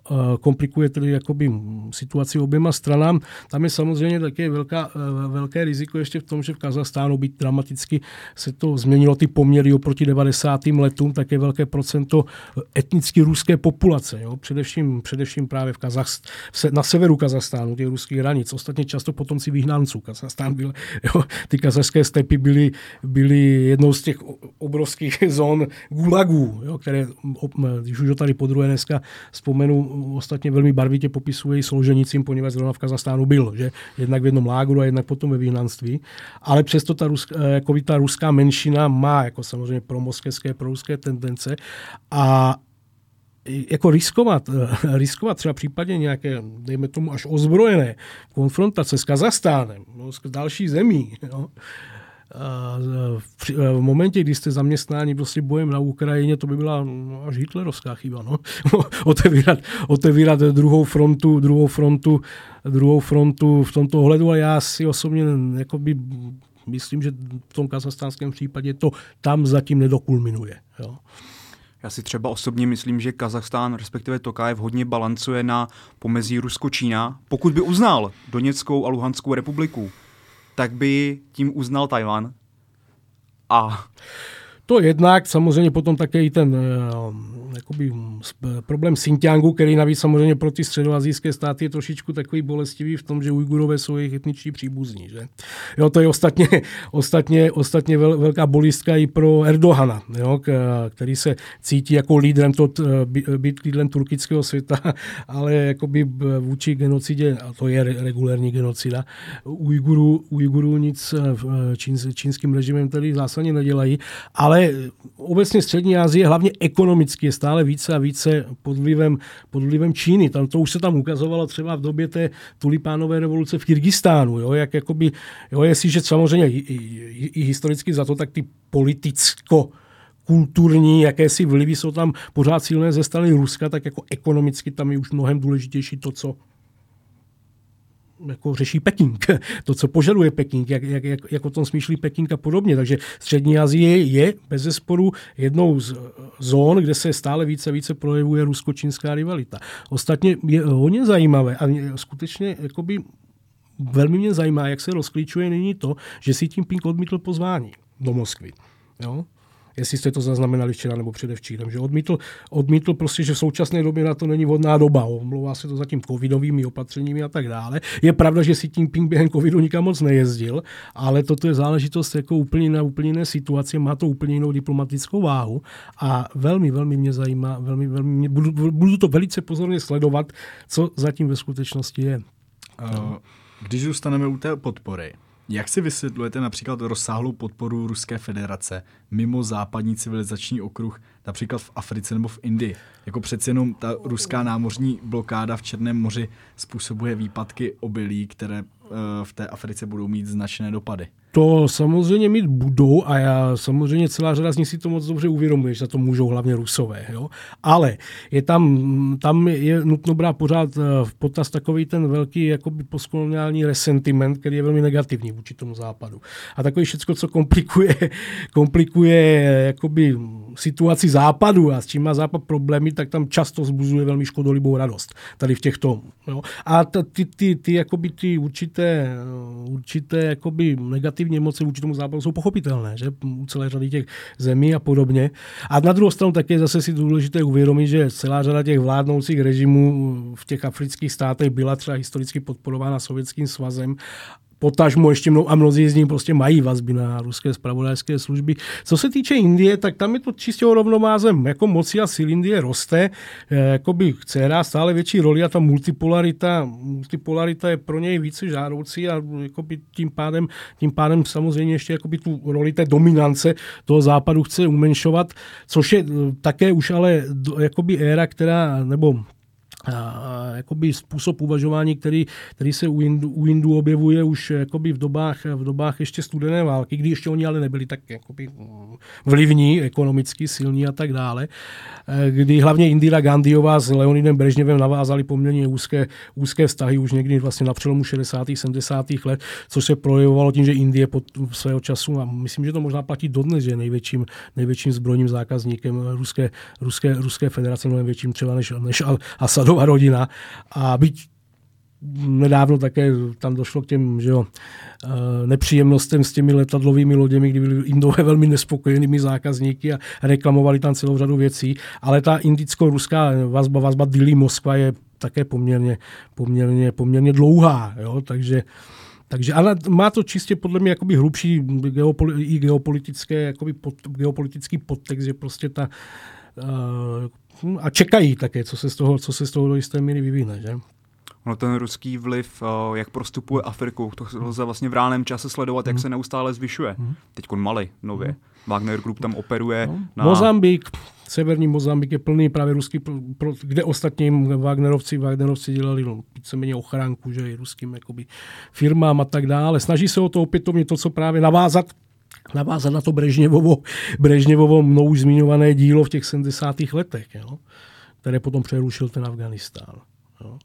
komplikuje tedy jakoby situaci oběma stranám. Tam je samozřejmě také velká, velké riziko ještě v tom, že v Kazachstánu byť dramaticky se to změnilo ty poměry oproti devadesátým letům, také velké procento etnicky ruské populace. Jo? Především, především právě v Kazachst- na severu Kazachstánu, těch ruských hranic. Ostatně často potomci vyhnanců. Kazachstán byl, jo, ty kazachské stepy byly, byly jednou z těch obrovských zón gulagů, jo, které, když už ho tady po druhé dneska vzpomenu, ostatně velmi barvitě popisuje i Solženicin, poněvadž zrovna v Kazachstánu byl, že jednak v jednom lágru a jednak potom ve vyhnanství. Ale přesto ta, ruska, jako ta ruská menšina má jako samozřejmě promoskevské, proruské tendence a jako riskovat, riskovat třeba případně nějaké, dejme tomu až ozbrojené konfrontace s Kazachstánem, no, s další zemí, no. A v, v momentě, kdy jste zaměstnáni prostě bojem na Ukrajině, to by byla no, až hitlerovská chyba, no. otevírat, otevírat druhou frontu, druhou frontu, druhou frontu v tomto ohledu, a já si osobně jakoby myslím, že v tom kazachstánském případě to tam zatím nedokulminuje, jo. Já si třeba osobně myslím, že Kazachstán, respektive Tokajev, hodně balancuje na pomezí Rusko-Čína. Pokud by uznal Doněckou a Luhanskou republiku, tak by tím uznal Tajvan. A to jednak, samozřejmě potom také i ten jakoby, problém Xinjiangu, který navíc samozřejmě pro ty středoasijské státy je trošičku takový bolestivý v tom, že Ujgurové jsou jejich etničtí příbuzní. Že? Jo, to je ostatně, ostatně, ostatně vel, velká bolistka i pro Erdogana, jo, který se cítí jako lídrem, tot, být lídrem turkického světa, ale jakoby vůči genocidě, a to je regulérní genocida, Ujgurů, Ujgurů nic čín, čínským režimem tady zásadně nedělají, ale Ale obecně Střední Asie, hlavně ekonomicky, je stále více a více pod vlivem, pod vlivem Číny. Tam, to už se tam ukazovalo třeba v době té tulipánové revoluce v Kyrgyzstánu. Jo, jak jakoby, jo, jestliže samozřejmě i, i, i historicky za to, tak ty politicko kulturní, jakési vlivy jsou tam pořád silné ze strany Ruska, tak jako ekonomicky tam je už mnohem důležitější to, co jako řeší Peking, to, co požaduje Peking, jak, jak, jak, jak o tom smýšlí Peking a podobně. Takže Střední Asie je bezesporu jednou z zón, kde se stále více a více projevuje rusko-čínská rivalita. Ostatně je hodně zajímavé a skutečně jakoby velmi mě zajímá, jak se rozklíčuje nyní to, že Xi Jinping odmítl pozvání do Moskvy. Jo? Jestli jste to zaznamenali včera nebo předevčírem, že odmítl, odmítl prostě, že v současné době na to není vhodná doba. Omlouvá se to zatím covidovými opatřeními a tak dále. Je pravda, že Xi Jinping během covidu nikam moc nejezdil, ale toto je záležitost jako úplně na úplně jiné situaci, má to úplně jinou diplomatickou váhu a velmi, velmi mě zajímá, velmi, velmi mě, budu, budu to velice pozorně sledovat, co zatím ve skutečnosti je. Když zůstaneme u té podpory, jak si vysvětlujete například rozsáhlou podporu Ruské federace mimo západní civilizační okruh, například v Africe nebo v Indii? Jako přeci jenom ta ruská námořní blokáda v Černém moři způsobuje výpadky obilí, které v té Africe budou mít značné dopady. To samozřejmě mít budou a já samozřejmě celá řada z nich si to moc dobře uvědomuje, že za to můžou hlavně Rusové. Jo? Ale je tam, tam je nutno brát pořád v potaz takový ten velký jakoby postkoloniální resentiment, který je velmi negativní vůči tomu západu. A takový všecko, co komplikuje, komplikuje jakoby situaci západu a s čím má západ problémy, tak tam často vzbuzuje velmi škodolibou radost. Tady v těchto. Jo? A ta, ty, ty, ty, jakoby ty určité, určité jakoby negativní emoce vůči tomu západu jsou pochopitelné, že u celé řady těch zemí a podobně. A na druhou stranu také zase si důležité uvědomit, že celá řada těch vládnoucích režimů v těch afrických státech byla třeba historicky podporována Sovětským svazem, potažmo ještě mnou a mnozí z nich prostě mají vazby na ruské zpravodajské služby. Co se týče Indie, tak tam je to čistě o rovnomázem. Jako moci a sil Indie roste, jakoby chce hrát stále větší roli a ta multipolarita, multipolarita je pro něj více žádoucí a jakoby tím pádem, tím pádem samozřejmě ještě jakoby tu roli té dominance toho západu chce umenšovat, což je také už ale jakoby éra, která, nebo jakoby způsob uvažování, který, který se u Indů, u Indů objevuje už jakoby v dobách, v dobách ještě studené války, kdy ještě oni ale nebyli tak jakoby vlivní, ekonomicky silní a tak dále, kdy hlavně Indira Gandhiová s Leonidem Brežněvem navázali poměrně úzké, úzké vztahy už někdy vlastně na přelomu šedesátých sedmdesátých let, což se projevovalo tím, že Indie pod svého času, a myslím, že to možná platí dodnes, že je největším, největším zbrojním zákazníkem ruské, ruské, ruské federace, mnohem větším třeba než, než Asadova rodina. A byť nedávno také tam došlo k těm, že jo, nepříjemnostem s těmi letadlovými loděmi, kdy byli Indové velmi nespokojenými zákazníky a reklamovali tam celou řadu věcí, ale ta indicko-ruská vazba, vazba Dili-Moskva je také poměrně, poměrně, poměrně dlouhá, jo, takže Takže, ale má to čistě podle mě jakoby hlubší geopoli- i geopolitické, jakoby pod, geopolitický podtext, že prostě ta uh, a čekají také, co se z toho, co se z toho do jisté míry vyvine, že? No ten ruský vliv, jak prostupuje Afriku, to lze vlastně v reálném čase sledovat, jak mm. se neustále zvyšuje. Mm. Teďkon Mali nově. Mm. Wagner Group tam operuje. No. Na... Mozambik, severní Mozambik je plný právě ruský, pro, kde ostatně Wagnerovci, Wagnerovci dělali no, víceméně ochránku, že i ruským jakoby, firmám a tak dále. Snaží se o to opětovně to, co právě navázat, navázat na to Brežněvovo, Brežněvovo mnou už zmiňované dílo v těch sedmdesátých letech, jo, které potom přerušil ten Afganistán. Jo.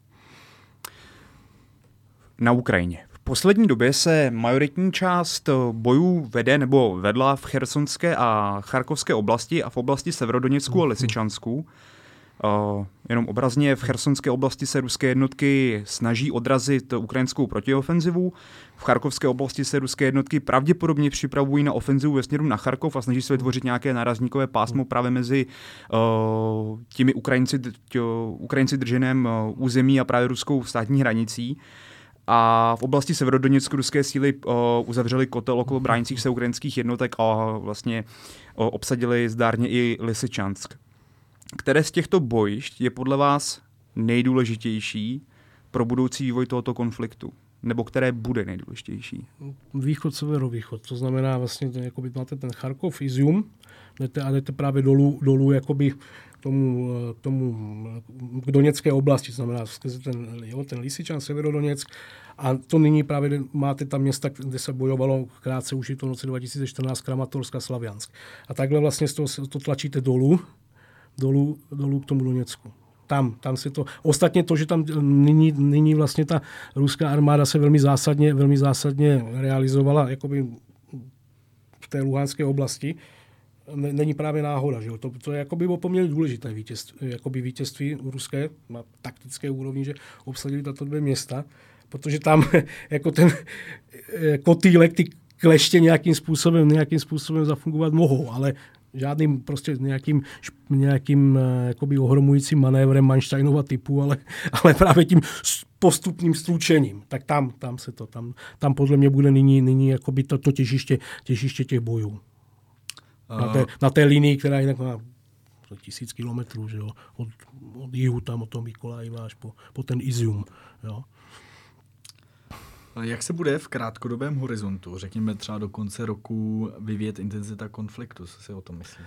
Na Ukrajině. V poslední době se majoritní část bojů vede nebo vedla v chersonské a charkovské oblasti a v oblasti Severodoněcku a Lysyčansku. Uh, jenom obrazně v chersonské oblasti se ruské jednotky snaží odrazit ukrajinskou protiofenzivu. V charkovské oblasti se ruské jednotky pravděpodobně připravují na ofenzivu ve směru na Charkov a snaží se vytvořit nějaké nárazníkové pásmo právě mezi uh, těmi Ukrajinci, tě, Ukrajinci drženém uh, území a právě ruskou státní hranicí. A v oblasti Severodoněcku ruské síly uh, uzavřely kotel okolo bránících se ukrajinských jednotek a vlastně uh, obsadili zdárně i Lysyčansk. Které z těchto bojišť je podle vás nejdůležitější pro budoucí vývoj tohoto konfliktu? Nebo které bude nejdůležitější? Východ, severovýchod. To znamená vlastně, jakoby máte ten Charkov, Izium, jdete, a jdete právě dolů, dolů jakoby tomu, tomu k Doněcké oblasti, to znamená ten, jo, ten Lysyčan, Severodoněck. A to nyní právě máte tam města, kde se bojovalo krátce už i to v roce dva tisíce čtrnáct, Kramatorsk a Slaviansk. A takhle vlastně z toho, to tlačíte dolů, dolů, dolů k tomu Doněcku. Tam, tam se to... Ostatně to, že tam nyní, nyní vlastně ta ruská armáda se velmi zásadně, velmi zásadně realizovala jakoby v té luhanské oblasti, není právě náhoda. Že? To, to je jakoby poměrně důležité vítězství, jakoby vítězství ruské na taktické úrovni, že obsadili tato dvě města, protože tam jako ten kotýlek, ty kleště nějakým způsobem, nějakým způsobem zafungovat mohou, ale žádným prostě nějakým, nějakým jakoby ohromujícím manévrem Mansteinova typu, ale, ale právě tím postupným stručením. Tak tam, tam se to, tam, tam podle mě bude nyní, nyní jakoby to, to těžiště, těžiště těch bojů. Na té, na té linii, která jinak má tisíc kilometrů, že jo, od, od jihu tam, od toho Mykolajiva až po, po ten Izium, jo. Jak se bude v krátkodobém horizontu, řekněme třeba do konce roku, vyvíjet intenzita konfliktu? Co si o tom myslíte?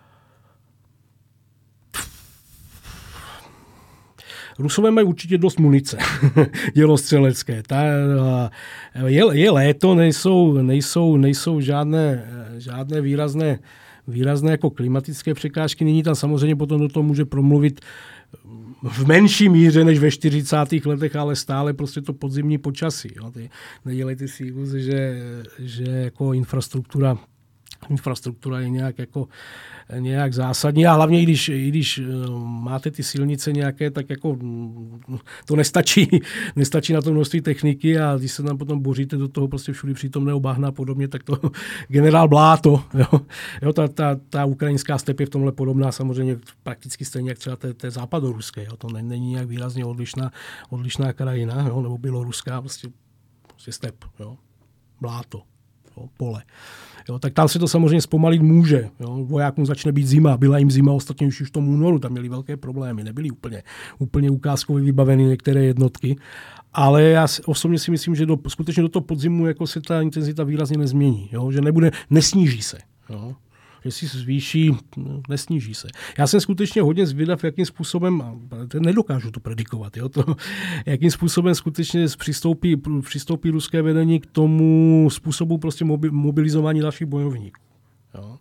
Rusové mají určitě dost munice dělostřelecké. Ta, je, je léto, nejsou, nejsou, nejsou žádné, žádné výrazné, výrazné jako klimatické překážky. Nyní tam samozřejmě potom do toho může promluvit v menší míře než ve čtyřicátých letech, ale stále prostě to podzimní počasí. Jo. Ty, nedělejte si iluzi, že, že jako infrastruktura infrastruktura je nějak, jako, nějak zásadní a hlavně, i když, i když máte ty silnice nějaké, tak jako to nestačí, nestačí na to množství techniky a když se tam potom boříte do toho prostě všudy přítomného bahna a podobně, tak to generál Bláto, jo, jo ta, ta, ta ukrajinská step je v tomhle podobná samozřejmě prakticky stejně jak třeba té, té západoruské, jo, to není nějak výrazně odlišná, odlišná krajina, jo, nebo běloruská, prostě, prostě step, jo, Bláto, jo, pole. Jo, tak tam se to samozřejmě zpomalit může. Jo. Vojákům začne být zima. Byla jim zima ostatně už v tom únoru. Tam měli velké problémy. Nebyly úplně, úplně ukázkově vybaveny některé jednotky. Ale já osobně si myslím, že do, skutečně do toho podzimu jako se ta intenzita výrazně nezmění. Jo. Že nebude, nesníží se. Jo. že si zvýší, nesníží se. Já jsem skutečně hodně zvědav, jakým způsobem, nedokážu to predikovat, jo, to, jakým způsobem skutečně přistoupí, přistoupí ruské vedení k tomu způsobu prostě mobilizování dalších bojovníků. Jo.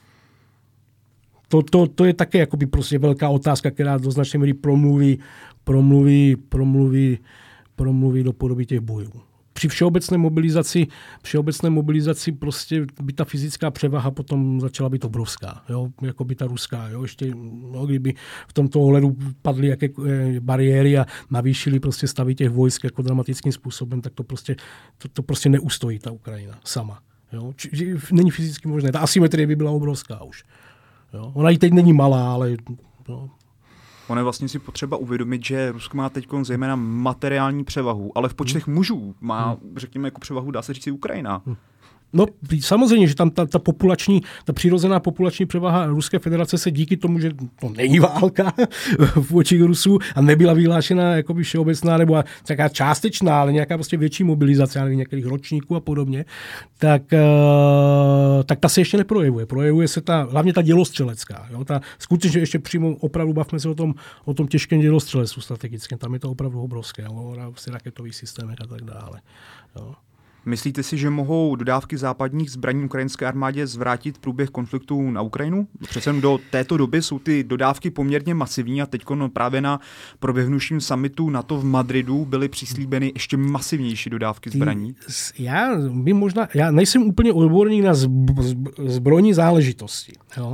To, to, to je také jakoby prostě velká otázka, která do značné míry promluví, promluví, promluví, promluví do podoby těch bojů. Při všeobecné mobilizaci, všeobecné mobilizaci prostě by ta fyzická převaha potom začala být obrovská, jo, jako by ta ruská, jo, ještě, no, kdyby v tomto ohledu padly jaké bariéry a navýšily prostě stavy těch vojsk jako dramatickým způsobem, tak to prostě, to, to prostě neustojí ta Ukrajina sama, jo. Či, není fyzicky možné, ta asymetrie by byla obrovská už. Jo. Ona i teď není malá, ale... No. Ono je vlastně si potřeba uvědomit, že Rusko má teď zejména materiální převahu, ale v počtech hmm. mužů má, řekněme, jako převahu, dá se říct, i Ukrajina. Hmm. No samozřejmě, že tam ta, ta populační, ta přirozená populační převaha Ruské federace se díky tomu, že to není válka v očích Rusů a nebyla vyhlášena jakoby všeobecná nebo nějaká částečná, ale nějaká prostě větší mobilizace, ale nějakých ročníků a podobně, tak, uh, tak ta se ještě neprojevuje. Projevuje se ta, hlavně ta dělostřelecká. Jo? Ta skutečně ještě přímo opravdu bavme se o tom, o tom těžkém dělostřelectvu strategickém. Tam je to opravdu obrovské. Jo? Raketový systémy a tak dále. Jo? Myslíte si, že mohou dodávky západních zbraní ukrajinské armádě zvrátit průběh konfliktu na Ukrajinu? Přece do této doby jsou ty dodávky poměrně masivní a teď právě na proběhnuvším summitu NATO v Madridu byly přislíbeny ještě masivnější dodávky zbraní. Já, by možná, já nejsem úplně odborník na zbrojní záležitosti. Jo?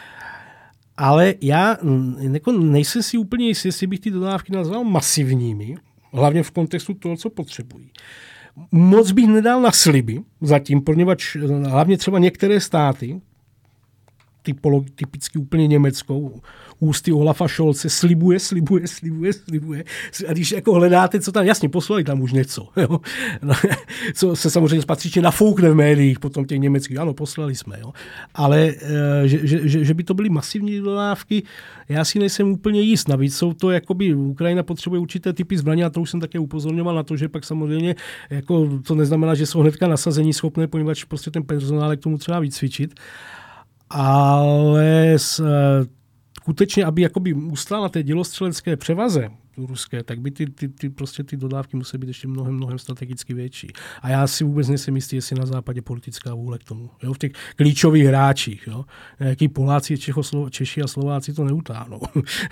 Ale já jako nejsem si úplně jistý, jestli bych ty dodávky nazval masivními, hlavně v kontextu toho, co potřebují. Moc bych nedal na sliby zatím, poněvadž hlavně třeba některé státy, typolo, typicky úplně německou, ústy Olafa Scholze, slibuje, slibuje, slibuje, slibuje. A když jako hledáte, co tam, jasně, poslali tam už něco. Jo? Co se samozřejmě patřičně nafoukne v médiích potom těch německých. Ano, poslali jsme. Jo? Ale že, že, že by to byly masivní dodávky, já si nejsem úplně jist. Navíc jsou to, jakoby Ukrajina potřebuje určité typy zbraní, a to už jsem také upozorňoval na to, že pak samozřejmě jako, to neznamená, že jsou hnedka nasazení schopné, poněvadž prostě ten personál k tomu třeba vycvičit. Ale s, skutečně, aby jakoby ustála té dělostřelecké převaze ruské, tak by ty, ty, ty, prostě ty dodávky musely být ještě mnohem, mnohem strategicky větší. A já si vůbec nejsem jistý, jestli na západě politická vůle k tomu. Jo? V těch klíčových hráčích. Jo? Jaký Poláci, Čechoslo, Češi a Slováci to neutáhnou.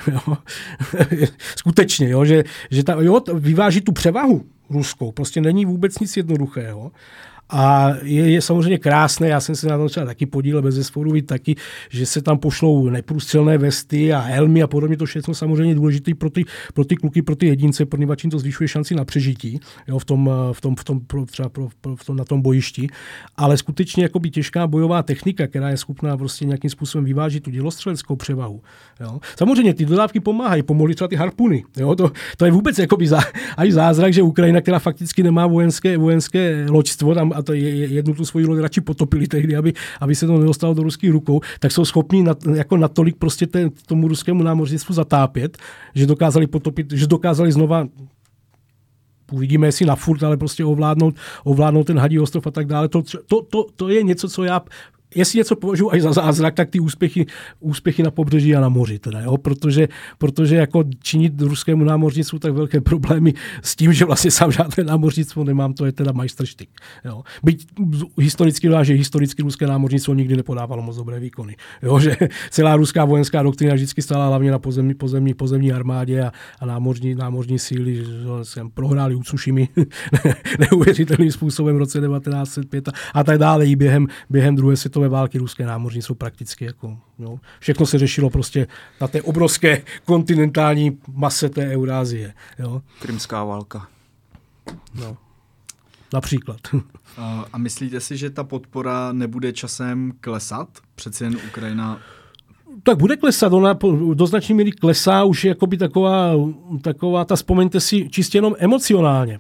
Skutečně, jo? Že, že ta, jo, vyváží tu převahu ruskou. Prostě není vůbec nic jednoduchého. A je, je samozřejmě krásné, já jsem se na tom třeba taky podílel, bezesporu vy taky, že se tam pošlou neprůstřelné vesty a helmy a podobně, to všechno samozřejmě důležité pro ty, pro ty kluky, pro ty jedince, protože jim to zvyšuje šanci na přežití, jo, v tom, v tom, v tom, třeba pro, pro, v tom, na tom bojišti. Ale skutečně jakoby těžká bojová technika, která je schopná prostě nějakým způsobem vyvážit tu dělostřeleckou převahu. Jo. Samozřejmě ty dodávky pomáhají, pomohly třeba ty harpuny. Jo. To, to je vůbec jakoby zá, až zázrak, že Ukrajina, která fakticky nemá vojenské, vojenské loďstvo, tam a to je, jednu tu svoji loď radši potopili tehdy, aby, aby se to nedostalo do ruských rukou, tak jsou schopní na, jako natolik prostě ten, tomu ruskému námořnictvu zatápět, že dokázali potopit, že dokázali znova, uvidíme jestli na furt, ale prostě ovládnout, ovládnout ten Hadí ostrov a tak dále. To, to, to, to je něco, co já jestli něco považuji až za zázrak, tak ty úspěchy, úspěchy na pobřeží a na moři. Teda, jo? Protože, protože jako činit ruskému námořnictvu tak velké problémy s tím, že vlastně sám žádné námořnictvo nemám, to je teda majstrštyk. Jo? Byť historicky, že historicky ruské námořnictvo nikdy nepodávalo moc dobré výkony. Jo? Že celá ruská vojenská doktrina vždycky stála hlavně na pozemní, pozemní, pozemní armádě a, a námořní, námořní síly, že jsem prohráli u Tsushimy neuvěřitelným způsobem v roce devatenáct set pět a, a tak dále i během, během druhé světové války ruské námořní jsou prakticky jako, jo, všechno se řešilo prostě na té obrovské kontinentální mase té Eurázie. Jo. Krymská válka. No. Například. A myslíte si, že ta podpora nebude časem klesat? Přeci jen Ukrajina... Tak bude klesat, ona do značné míry klesá, už je jakoby taková, taková ta, vzpomeňte si, čistě jenom emocionálně.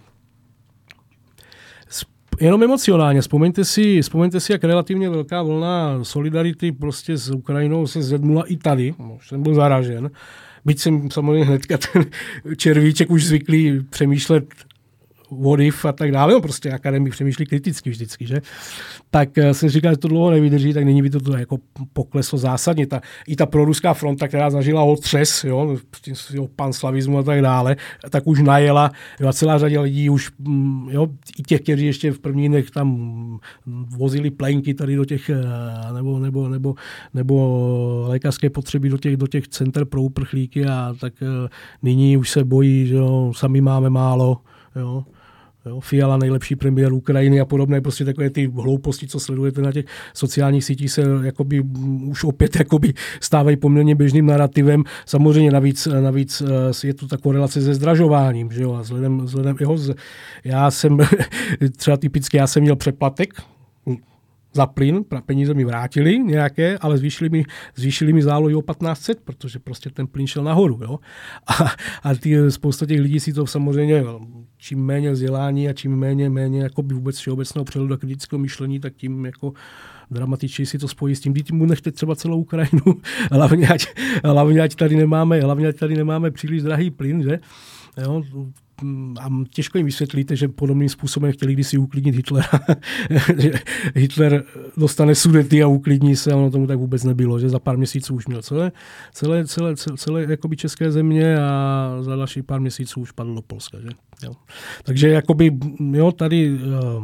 Jenom emocionálně. Vzpomeňte si, vzpomeňte si, jak relativně velká vlna solidarity prostě s Ukrajinou se zvednula i tady. Jsem byl zaražen. Byť jsem samozřejmě hnedka ten červíček už zvyklý přemýšlet what if a tak dále, no prostě akademik přemýšlí kriticky vždycky, že? Tak jsem říkal, že to dlouho nevydrží, tak nyní by to, to jako pokleslo zásadně. Ta, I ta proruská fronta, která zažila otřes, jo, panslavismu a tak dále, tak už najela, jo, a celá řada lidí už, jo, i těch, kteří ještě v prvních dnech tam vozili plenky tady do těch, nebo, nebo, nebo, nebo lékařské potřeby do těch, do těch center pro uprchlíky a tak nyní už se bojí, že jo, sami máme málo, jo. Jo, Fiala, nejlepší premiér Ukrajiny a podobné, prostě takové ty hlouposti, co sledujete na těch sociálních sítích, se jakoby už opět jakoby stávají poměrně běžným narrativem. Samozřejmě navíc, navíc je tu ta korelace se zdražováním, že jo, a vzhledem, vzhledem jeho, já jsem třeba typicky, já jsem měl přeplatek za plyn, peníze mi vrátili nějaké, ale zvýšili mi, zvýšili mi zálohy o patnáct set, protože prostě ten plyn šel nahoru. Jo? A, a ty, spousta těch lidí si to samozřejmě, čím méně vzdělání a čím méně, méně jakoby vůbec všeobecného přehledu a kritického myšlení, tak tím jako dramatičněji si to spojí s tím, když mu nechte třeba celou Ukrajinu, hlavně ať, hlavně ať tady nemáme, hlavně ať tady nemáme příliš drahý plyn, že? Jo? A těžko jim vysvětlíte, že podobným způsobem chtěli kdysi uklidnit Hitlera. Že Hitler dostane Sudety a uklidní se, a ono tomu tak vůbec nebylo, že za pár měsíců už měl celé, celé, celé, celé, celé jakoby české země a za další pár měsíců už padl do Polska. Že? Jo. Takže jakoby, jo, tady uh,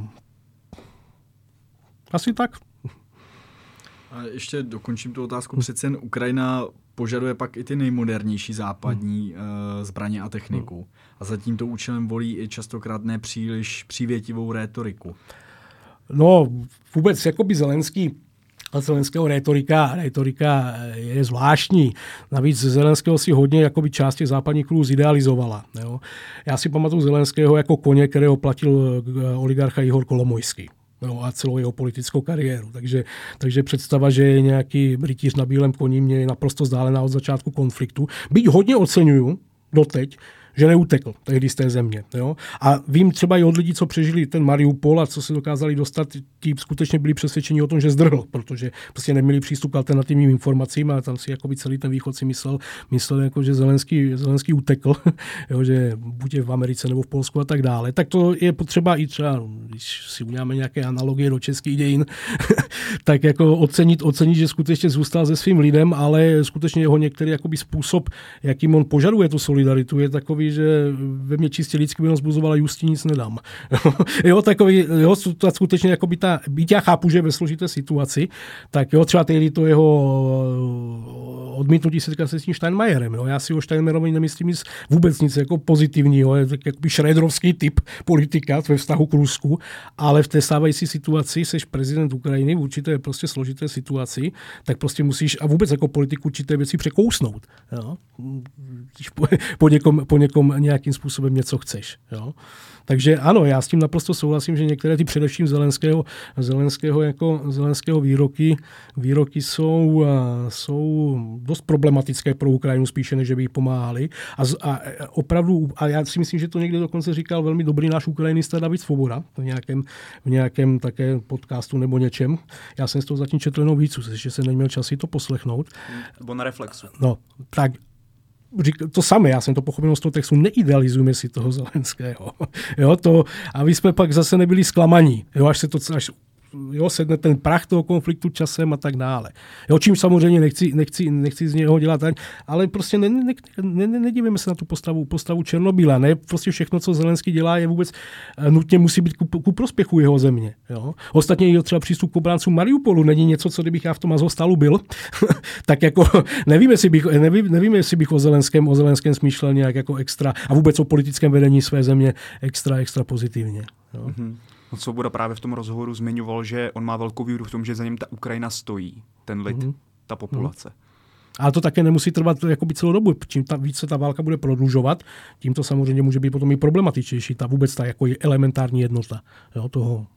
asi tak. A ještě dokončím tu otázku. Přece jen Ukrajina požaduje pak i ty nejmodernější západní hmm. uh, zbraně a techniku. Hmm. A za tímto účelem volí i častokrát nepříliš přívětivou rétoriku. No vůbec jakoby Zelenský a Zelenského rétorika, rétorika je zvláštní. Navíc Zelenského si hodně jakoby část těch západních kruhů zidealizovala. Jo. Já si pamatuju Zelenského jako koně, kterého platil oligarcha Ihor Kolomojský. No a celou jeho politickou kariéru. Takže, takže představa, že je nějaký rytíř na bílém koni, mě je naprosto vzdálená od začátku konfliktu. Byť hodně oceňuju doteď, že neutekl tehdy z té země. Jo? A vím třeba i od lidí, co přežili ten Mariupol a co se dokázali dostat, ti skutečně byli přesvědčeni o tom, že zdrhl, protože prostě neměli přístup k alternativním informacím a tam si jakoby celý ten východ si myslel, myslel jako, že Zelenský, Zelenský utekl, jo? Že buď je v Americe nebo v Polsku a tak dále. Tak to je potřeba i třeba, když si uděláme nějaké analogie do českých dějin, tak jako ocenit, ocenit, že skutečně zůstal se svým lidem, ale skutečně jeho některý jakoby způsob, jakým on požaduje tu solidaritu, je takový, že ve mně čistě lidsky by vzbuzovala Justi, nic nedám. Jo, takový, jo, to skutečně jakoby ta, byť já chápu, že ve složité situaci, tak jo, třeba tehdy to jeho odmítnutí setkat se s tím Steinmeierem. Jo. Já si o Steinmeierovi nemyslím nic, vůbec nic jako pozitivního, je tak jakoby šrédrovský typ politika ve vztahu k Rusku, ale v té stávající situaci seš prezident Ukrajiny v určité prostě složité situaci, tak prostě musíš a vůbec jako politiku určité věci překousnout. Jo. Když po, po, někom, po někom nějakým způsobem něco chceš. Jo. Takže ano, já s tím naprosto souhlasím, že některé ty především Zelenského, Zelenského, jako, Zelenského výroky, výroky jsou, jsou dost problematické pro Ukrajinu, spíše než by jí pomáhali. A, a opravdu, a já si myslím, že to někde dokonce říkal velmi dobrý náš ukrajinista David Svoboda v nějakém, v nějakém také podcastu nebo něčem. Já jsem z toho zatím četl jenom víc, že jsem neměl čas si to poslechnout. Nebo na Reflexu. No, tak to samé, já jsem to pochopil z toho textu, neidealizujeme si toho Zelenského. Jo, to, a my jsme pak zase nebyli zklamaní, jo, až se to až, jo, sedne ten prach toho konfliktu časem a tak dále. Jo, čím samozřejmě nechci, nechci, nechci z něho dělat, ale prostě ne, ne, ne, ne, nedívejme se na tu postavu, postavu Černobyla. Ne, prostě všechno, co Zelenský dělá, je vůbec nutně musí být ku, ku prospěchu jeho země. Jo. Ostatně i třeba přístup k obráncům Mariupolu není něco, co kdybych já v tom Azovstalu byl, tak jako nevím, jestli bych, nevím, nevím, jestli bych o Zelenském, o Zelenském smýšlel nějak jako extra a vůbec o politickém vedení své země extra, extra pozitivně. Jo. Mm-hmm. Svoboda právě v tom rozhovoru zmiňoval, že on má velkou víru v tom, že za něm ta Ukrajina stojí, ten lid, mm-hmm. ta populace. Mm-hmm. Ale to také nemusí trvat jakoby celou dobu. Čím ta, víc se ta válka bude prodlužovat, tím to samozřejmě může být potom i problematičnější, ta vůbec ta jako elementární jednota, jo, toho. Uh,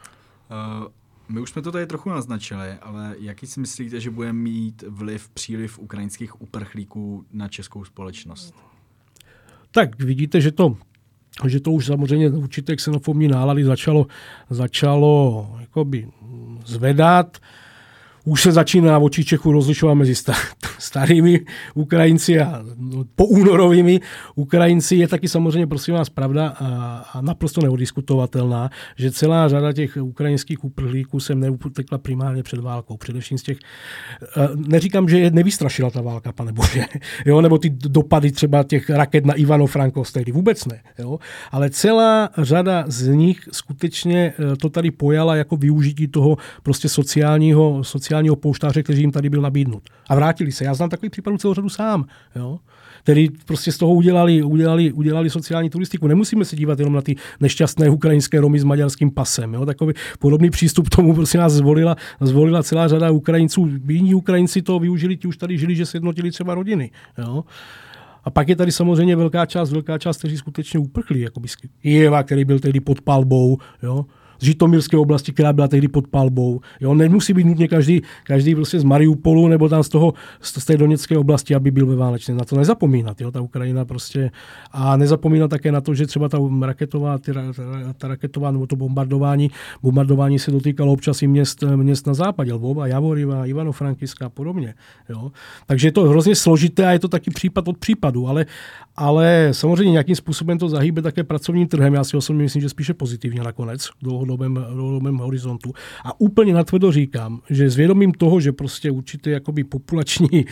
my už jsme to tady trochu naznačili, ale jaký si myslíte, že bude mít vliv příliv ukrajinských uprchlíků na českou společnost? Tak vidíte, že to že to už samozřejmě určité xenofobní nálady začalo, začalo jakoby zvedat. už se začíná v očích Čechů rozlišovat mezi starými Ukrajinci a poúnorovými Ukrajinci. Je taky samozřejmě, prosím vás, pravda a, a naprosto neodiskutovatelná, že celá řada těch ukrajinských uprchlíků sem neutekla primárně před válkou. Především z těch, neříkám, že je nevystrašila ta válka, pane bože, jo, nebo ty dopady třeba těch raket na Ivano-Frankov, tehdy vůbec ne, jo, ale celá řada z nich skutečně to tady pojala jako využití toho prostě sociálního, sociálního pouštáře, který jim tady byl nabídnut. A vrátili se. Já znám takový případů celou řadu sám, jo, který prostě z toho udělali, udělali, udělali sociální turistiku. Nemusíme se dívat jenom na ty nešťastné ukrajinské Romy s maďarským pasem. Jo. Takový podobný přístup k tomu prostě nás zvolila, zvolila celá řada Ukrajinců. Jiní Ukrajinci to využili, ti už tady žili, že sjednotili třeba rodiny. Jo. A pak je tady samozřejmě velká část, velká část, kteří skutečně uprchli. Jakoby z Kyjeva, který byl tehdy pod palbou, jo. Z Žitomírské oblasti, která byla tehdy pod palbou. Jo, nemusí být nutně každý, každý prostě z Mariupolu nebo tam z toho z té Doněcké oblasti, aby byl ve válečné. Na to nezapomínat, jo, ta Ukrajina prostě. A nezapomínat také na to, že třeba ta raketová, ty, ta, ta raketová nebo to bombardování, bombardování se dotýkalo občas i měst, měst na západě, Lvova, Javoriva, Ivano-Frankivská a podobně. Jo. Takže je to hrozně složité a je to taky případ od případu, ale, ale samozřejmě nějakým způsobem to zahýbe také pracovním trhem. Já si osobně myslím, že spíše pozitivně nakonec dlouhodobém, dlouhodobém horizontu. A úplně natvrdo říkám, že s vědomím toho, že prostě určitě jakoby populační, uh,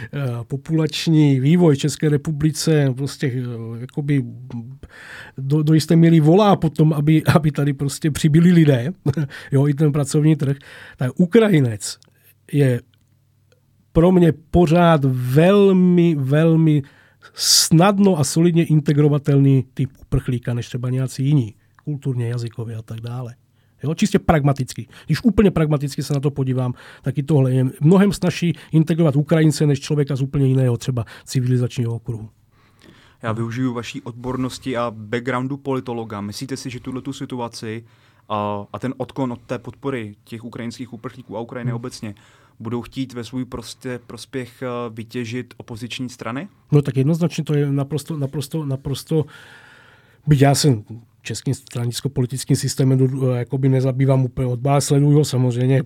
populační vývoj v České republice prostě uh, jakoby do, do jisté míry volá potom, aby, aby tady prostě přibyli lidé, jo, i ten pracovní trh, tak Ukrajinec je pro mě pořád velmi, velmi snadno a solidně integrovatelný typ uprchlíka, než třeba nějací jiní, kulturně, jazykově a tak dále. Jo, čistě pragmaticky. Když úplně pragmaticky se na to podívám, tak i tohle je mnohem snazší integrovat Ukrajince, než člověka z úplně jiného, třeba civilizačního okruhu. Já využiju vaší odbornosti a backgroundu politologa. Myslíte si, že tuhletu situaci a, a ten odklon od té podpory těch ukrajinských uprchlíků a Ukrajiny hmm. obecně budou chtít ve svůj prostě prospěch vytěžit opoziční strany? No tak jednoznačně to je naprosto, naprosto, naprosto, byť já jsem českým stranicko-politickým systémem jakoby nezabývám úplně odbále, sleduju ho samozřejmě.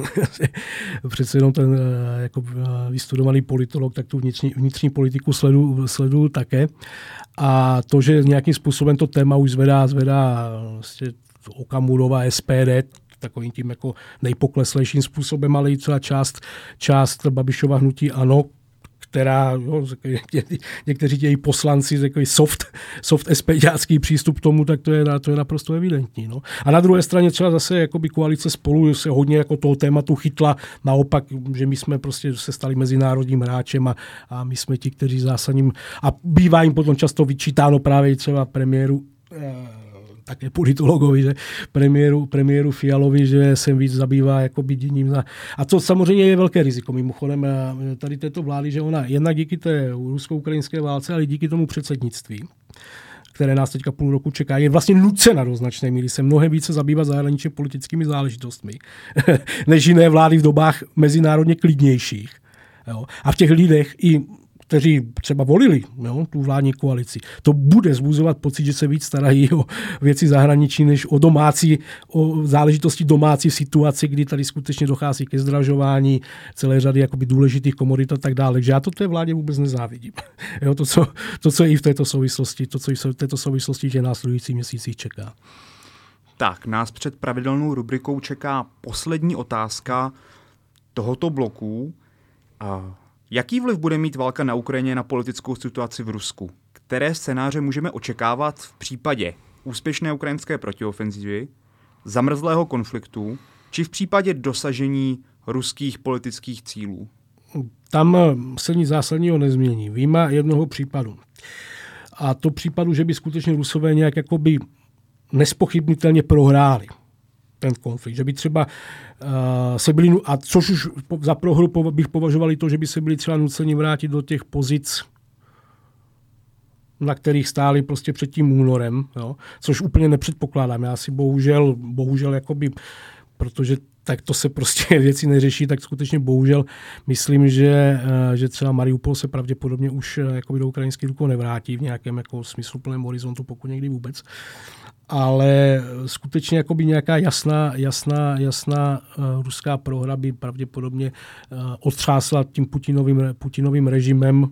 Přece jenom ten jako vystudovaný politolog, tak tu vnitřní, vnitřní politiku sleduju, sleduju také. A to, že nějakým způsobem to téma už zvedá, zvedá vlastně Okamurova S P D, takovým tím jako nejpokleslejším způsobem, ale i celá část, část Babišova hnutí ANO, která, jo, někteří tějí poslanci, takový soft, soft SPďácký přístup k tomu, tak to je, to je naprosto evidentní. No. A na druhé straně třeba zase jakoby koalice Spolu se hodně jako toho tématu chytla, naopak, že my jsme prostě se stali mezinárodním hráčem a, a my jsme ti, kteří zásadním, a bývá jim potom často vyčítáno právě třeba premiéru také politologovi, že premiéru, premiéru Fialovi, že se víc zabývá jakoby děním. Na... A to samozřejmě je velké riziko. Mimochodem tady této vlády, že ona jednak díky té rusko-ukrajinské válce, ale díky tomu předsednictví, které nás teďka půl roku čeká, je vlastně nucena do značné míry se mnohem více zabývat zahraničně politickými záležitostmi, než jiné vlády v dobách mezinárodně klidnějších. Jo. A v těch lidech i kteří třeba volili, jo, tu vládní koalici, to bude zbuzovat pocit, že se víc starají o věci zahraničí, než o domácí, o záležitosti domácí situaci, kdy tady skutečně dochází ke zdražování celé řady jakoby důležitých komodit a tak dále. Takže já to té vládě vůbec nezávidím. Jo, to, co, to, co je i v této souvislosti, to, co i v této souvislosti, že následující měsících čeká. Tak, nás před pravidelnou rubrikou čeká poslední otázka tohoto bloku. A jaký vliv bude mít válka na Ukrajině na politickou situaci v Rusku? Které scénáře můžeme očekávat v případě úspěšné ukrajinské protiofenzivy, zamrzlého konfliktu, či v případě dosažení ruských politických cílů? Tam se nic zásadního nezmění. Vyjma jednoho případu. A to případu, že by skutečně Rusové nějak jakoby nespochybnitelně prohráli ten konflikt, že by třeba uh, se byli, a což už za prohru bych považovali to, že by se byli třeba nuceni vrátit do těch pozic, na kterých stáli prostě před tím únorem, jo, což úplně nepředpokládám. Já si bohužel, bohužel jakoby, protože tak to se prostě věci neřeší, tak skutečně bohužel myslím, že, že třeba Mariupol se pravděpodobně už jako do ukrajinských rukou nevrátí v nějakém jako smysluplném horizontu, pokud někdy vůbec. Ale skutečně jakoby nějaká jasná, jasná, jasná uh, ruská prohra by pravděpodobně uh, otřásla tím Putinovým, Putinovým režimem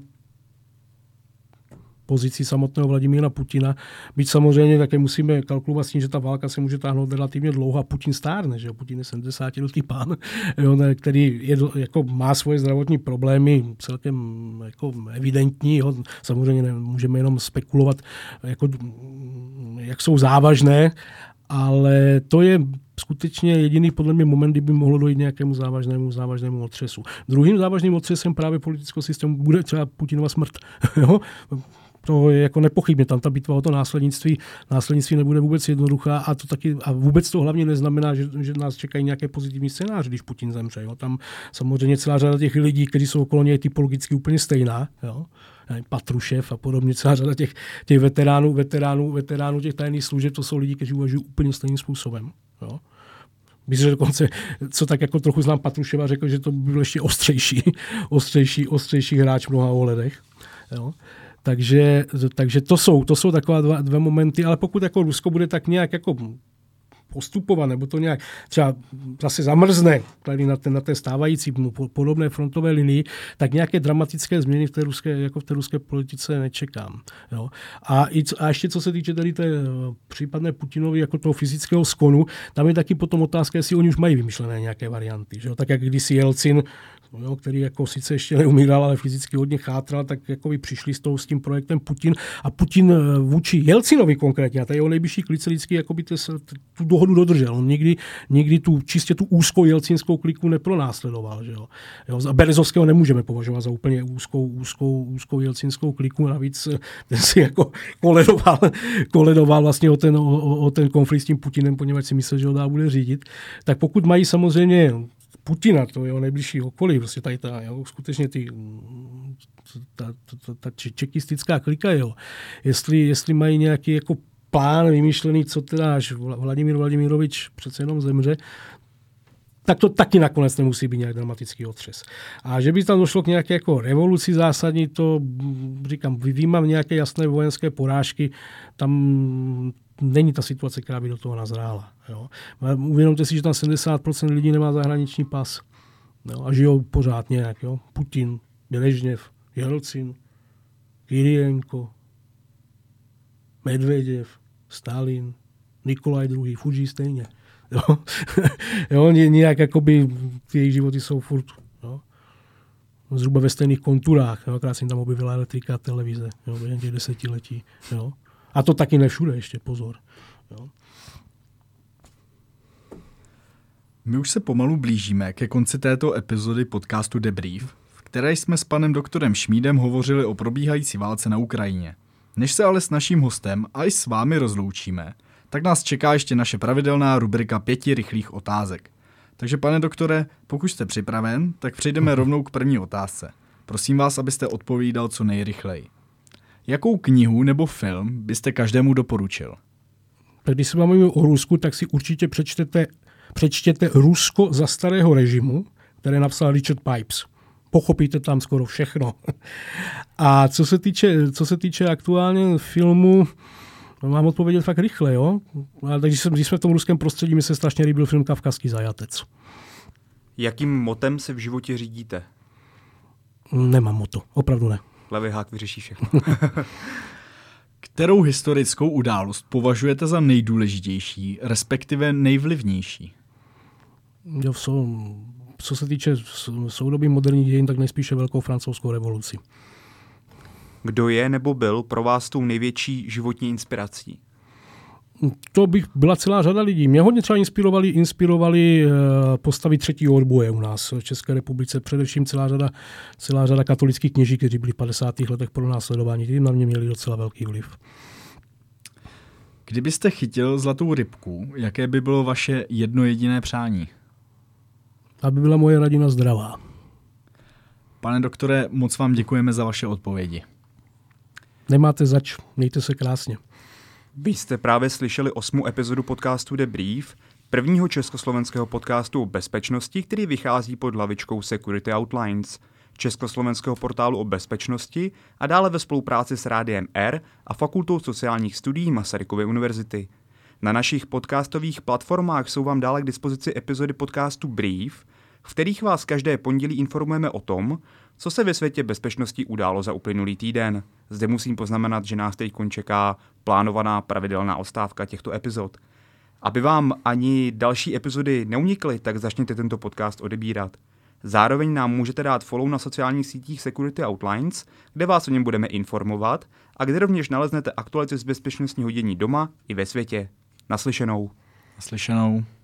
pozici samotného Vladimíra Putina. Byť samozřejmě také musíme kalkulovat s tím, že ta válka se může táhnout relativně dlouho a Putin stárne, že Putin je sedmdesátiletý pán, jo, který je, jako má svoje zdravotní problémy celkem jako evidentní. Jo. Samozřejmě nemůžeme jenom spekulovat, jako, jak jsou závažné, ale to je skutečně jediný podle mě moment, kdy by mohlo dojít nějakému závažnému, závažnému otřesu. Druhým závažným otřesem právě politického systému bude třeba Putinova smrt. Jo. To je jako nepochybně, tam ta bitva o to následnictví, následnictví nebude vůbec jednoduchá a to taky a vůbec to hlavně neznamená, že, že nás čekají nějaké pozitivní scénáře, když Putin zemře. Jo. Tam samozřejmě celá řada těch lidí, kteří jsou okolo něj typologicky úplně stejná, jo. Patrušev a podobně, celá řada těch, těch veteránů, veteránů, veteránů těch tajných služeb, to jsou lidi, kteří uvažují úplně stejným způsobem. Jo. Bych řekl dokonce, co tak jako trochu znám Patruševa, řekl, že to by byl ještě ostřejší, ostřejší, ostřejší hráč v mnoha ohledech. Jo. Takže, takže to jsou, to jsou taková dva, dva momenty, ale pokud jako Rusko bude tak nějak jako postupovat, nebo to nějak třeba zase zamrzne tady na, ten, na té stávající podobné frontové linii, tak nějaké dramatické změny v té ruské, jako v té ruské politice nečekám. Jo. A, i, a ještě co se týče tady té případné Putinovy jako toho fyzického skonu, tam je taky potom otázka, jestli oni už mají vymyšlené nějaké varianty. Že jo. Tak jak kdysi Jelcin, jo, který jako sice ještě neumíral, ale fyzicky hodně chátral, tak jako by přišli s, tou, s tím projektem Putin. A Putin vůči Jelcinovi konkrétně, a ta jeho nejbližší klice vždycky jako by tu dohodu dodržel. On nikdy, nikdy tu, čistě tu úzkou jelcinskou kliku nepronásledoval. Že jo. Jo, a Berezovského nemůžeme považovat za úplně úzkou, úzkou, úzkou jelcinskou kliku. Navíc ten si jako koledoval, koledoval vlastně o ten, o, o ten konflikt s tím Putinem, poněvadž si myslel, že ho dá bude řídit. Tak pokud mají samozřejmě Putina, to jeho nejbližší okolí, prostě tady ta, jo, skutečně ty, ta, ta, ta čekistická klika, jo. Jestli, jestli mají nějaký jako plán vymýšlený, co teda až Vladimír Vladimirovič přece jenom zemře, tak to taky nakonec nemusí být nějak dramatický otřes. A že by tam došlo k nějaké jako revoluci zásadní, to říkám, vyjímám nějaké jasné vojenské porážky, tam není ta situace, která by do toho nazrála. Jo. Uvědomte si, že tam sedmdesát procent lidí nemá zahraniční pas. Jo, a žijou pořád nějak. Jo. Putin, Brežněv, Jelcin, Kyrienko, Medveděv, Stalin, Nikolaj druhý. Furt žijí stejně. Jo. Jo, nějak jakoby ty jejich životy jsou furt jo. Zhruba ve stejných konturách. Jo. Akorát se jim tam objevila elektrika a televize. Jo, během těch desetiletí. Jo. A to taky ne všude, ještě pozor. Jo. My už se pomalu blížíme ke konci této epizody podcastu Debrief, v které jsme s panem doktorem Šmídem hovořili o probíhající válce na Ukrajině. Než se ale s naším hostem a i s vámi rozloučíme, tak nás čeká ještě naše pravidelná rubrika pěti rychlých otázek. Takže pane doktore, pokud jste připraven, tak přejdeme rovnou k první otázce. Prosím vás, abyste odpovídal co nejrychleji. Jakou knihu nebo film byste každému doporučil? Tak když se máme o Rusku, tak si určitě přečtete, přečtěte Rusko za starého režimu, které napsal Richard Pipes. Pochopíte tam skoro všechno. A co se týče, co se týče aktuálně filmu, mám odpovědět fakt rychle, jo? Ale když jsme, když jsme v tom ruském prostředí, mi se strašně líbil film Kavkazský zajatec. Jakým motem se v životě řídíte? Nemám moto, opravdu ne. Levý hák vyřeší všechno. Kterou historickou událost považujete za nejdůležitější, respektive nejvlivnější? Jo, jsou, co se týče soudobí moderních dějin, tak nejspíše Velkou francouzskou revoluci. Kdo je nebo byl pro vás tou největší životní inspirací? To bych byla celá řada lidí. Mě hodně třeba inspirovali, inspirovali postavy třetího odboje u nás v České republice. Především celá řada, celá řada katolických kněží, kteří byli v padesátých letech pronásledováni. Ti na mě měli docela velký vliv. Kdybyste chytil zlatou rybku, jaké by bylo vaše jedno jediné přání? Aby byla moje rodina zdravá. Pane doktore, moc vám děkujeme za vaše odpovědi. Nemáte zač, mějte se krásně. Vy jste právě slyšeli osmou epizodu podcastu Debrief. prvního československého podcastu o bezpečnosti, který vychází pod hlavičkou Security Outlines, československého portálu o bezpečnosti a dále ve spolupráci s Rádiem R a Fakultou sociálních studií Masarykovy univerzity. Na našich podcastových platformách jsou vám dále k dispozici epizody podcastu Brief, v kterých vás každé pondělí informujeme o tom, co se ve světě bezpečnosti událo za uplynulý týden. Zde musím poznamenat, že nás teď čeká plánovaná pravidelná odstávka těchto epizod. Aby vám ani další epizody neunikly, tak začněte tento podcast odebírat. Zároveň nám můžete dát follow na sociálních sítích Security Outlines, kde vás o něm budeme informovat a kde rovněž naleznete aktualizace z bezpečnostního dění doma i ve světě. Naslyšenou. Naslyšenou.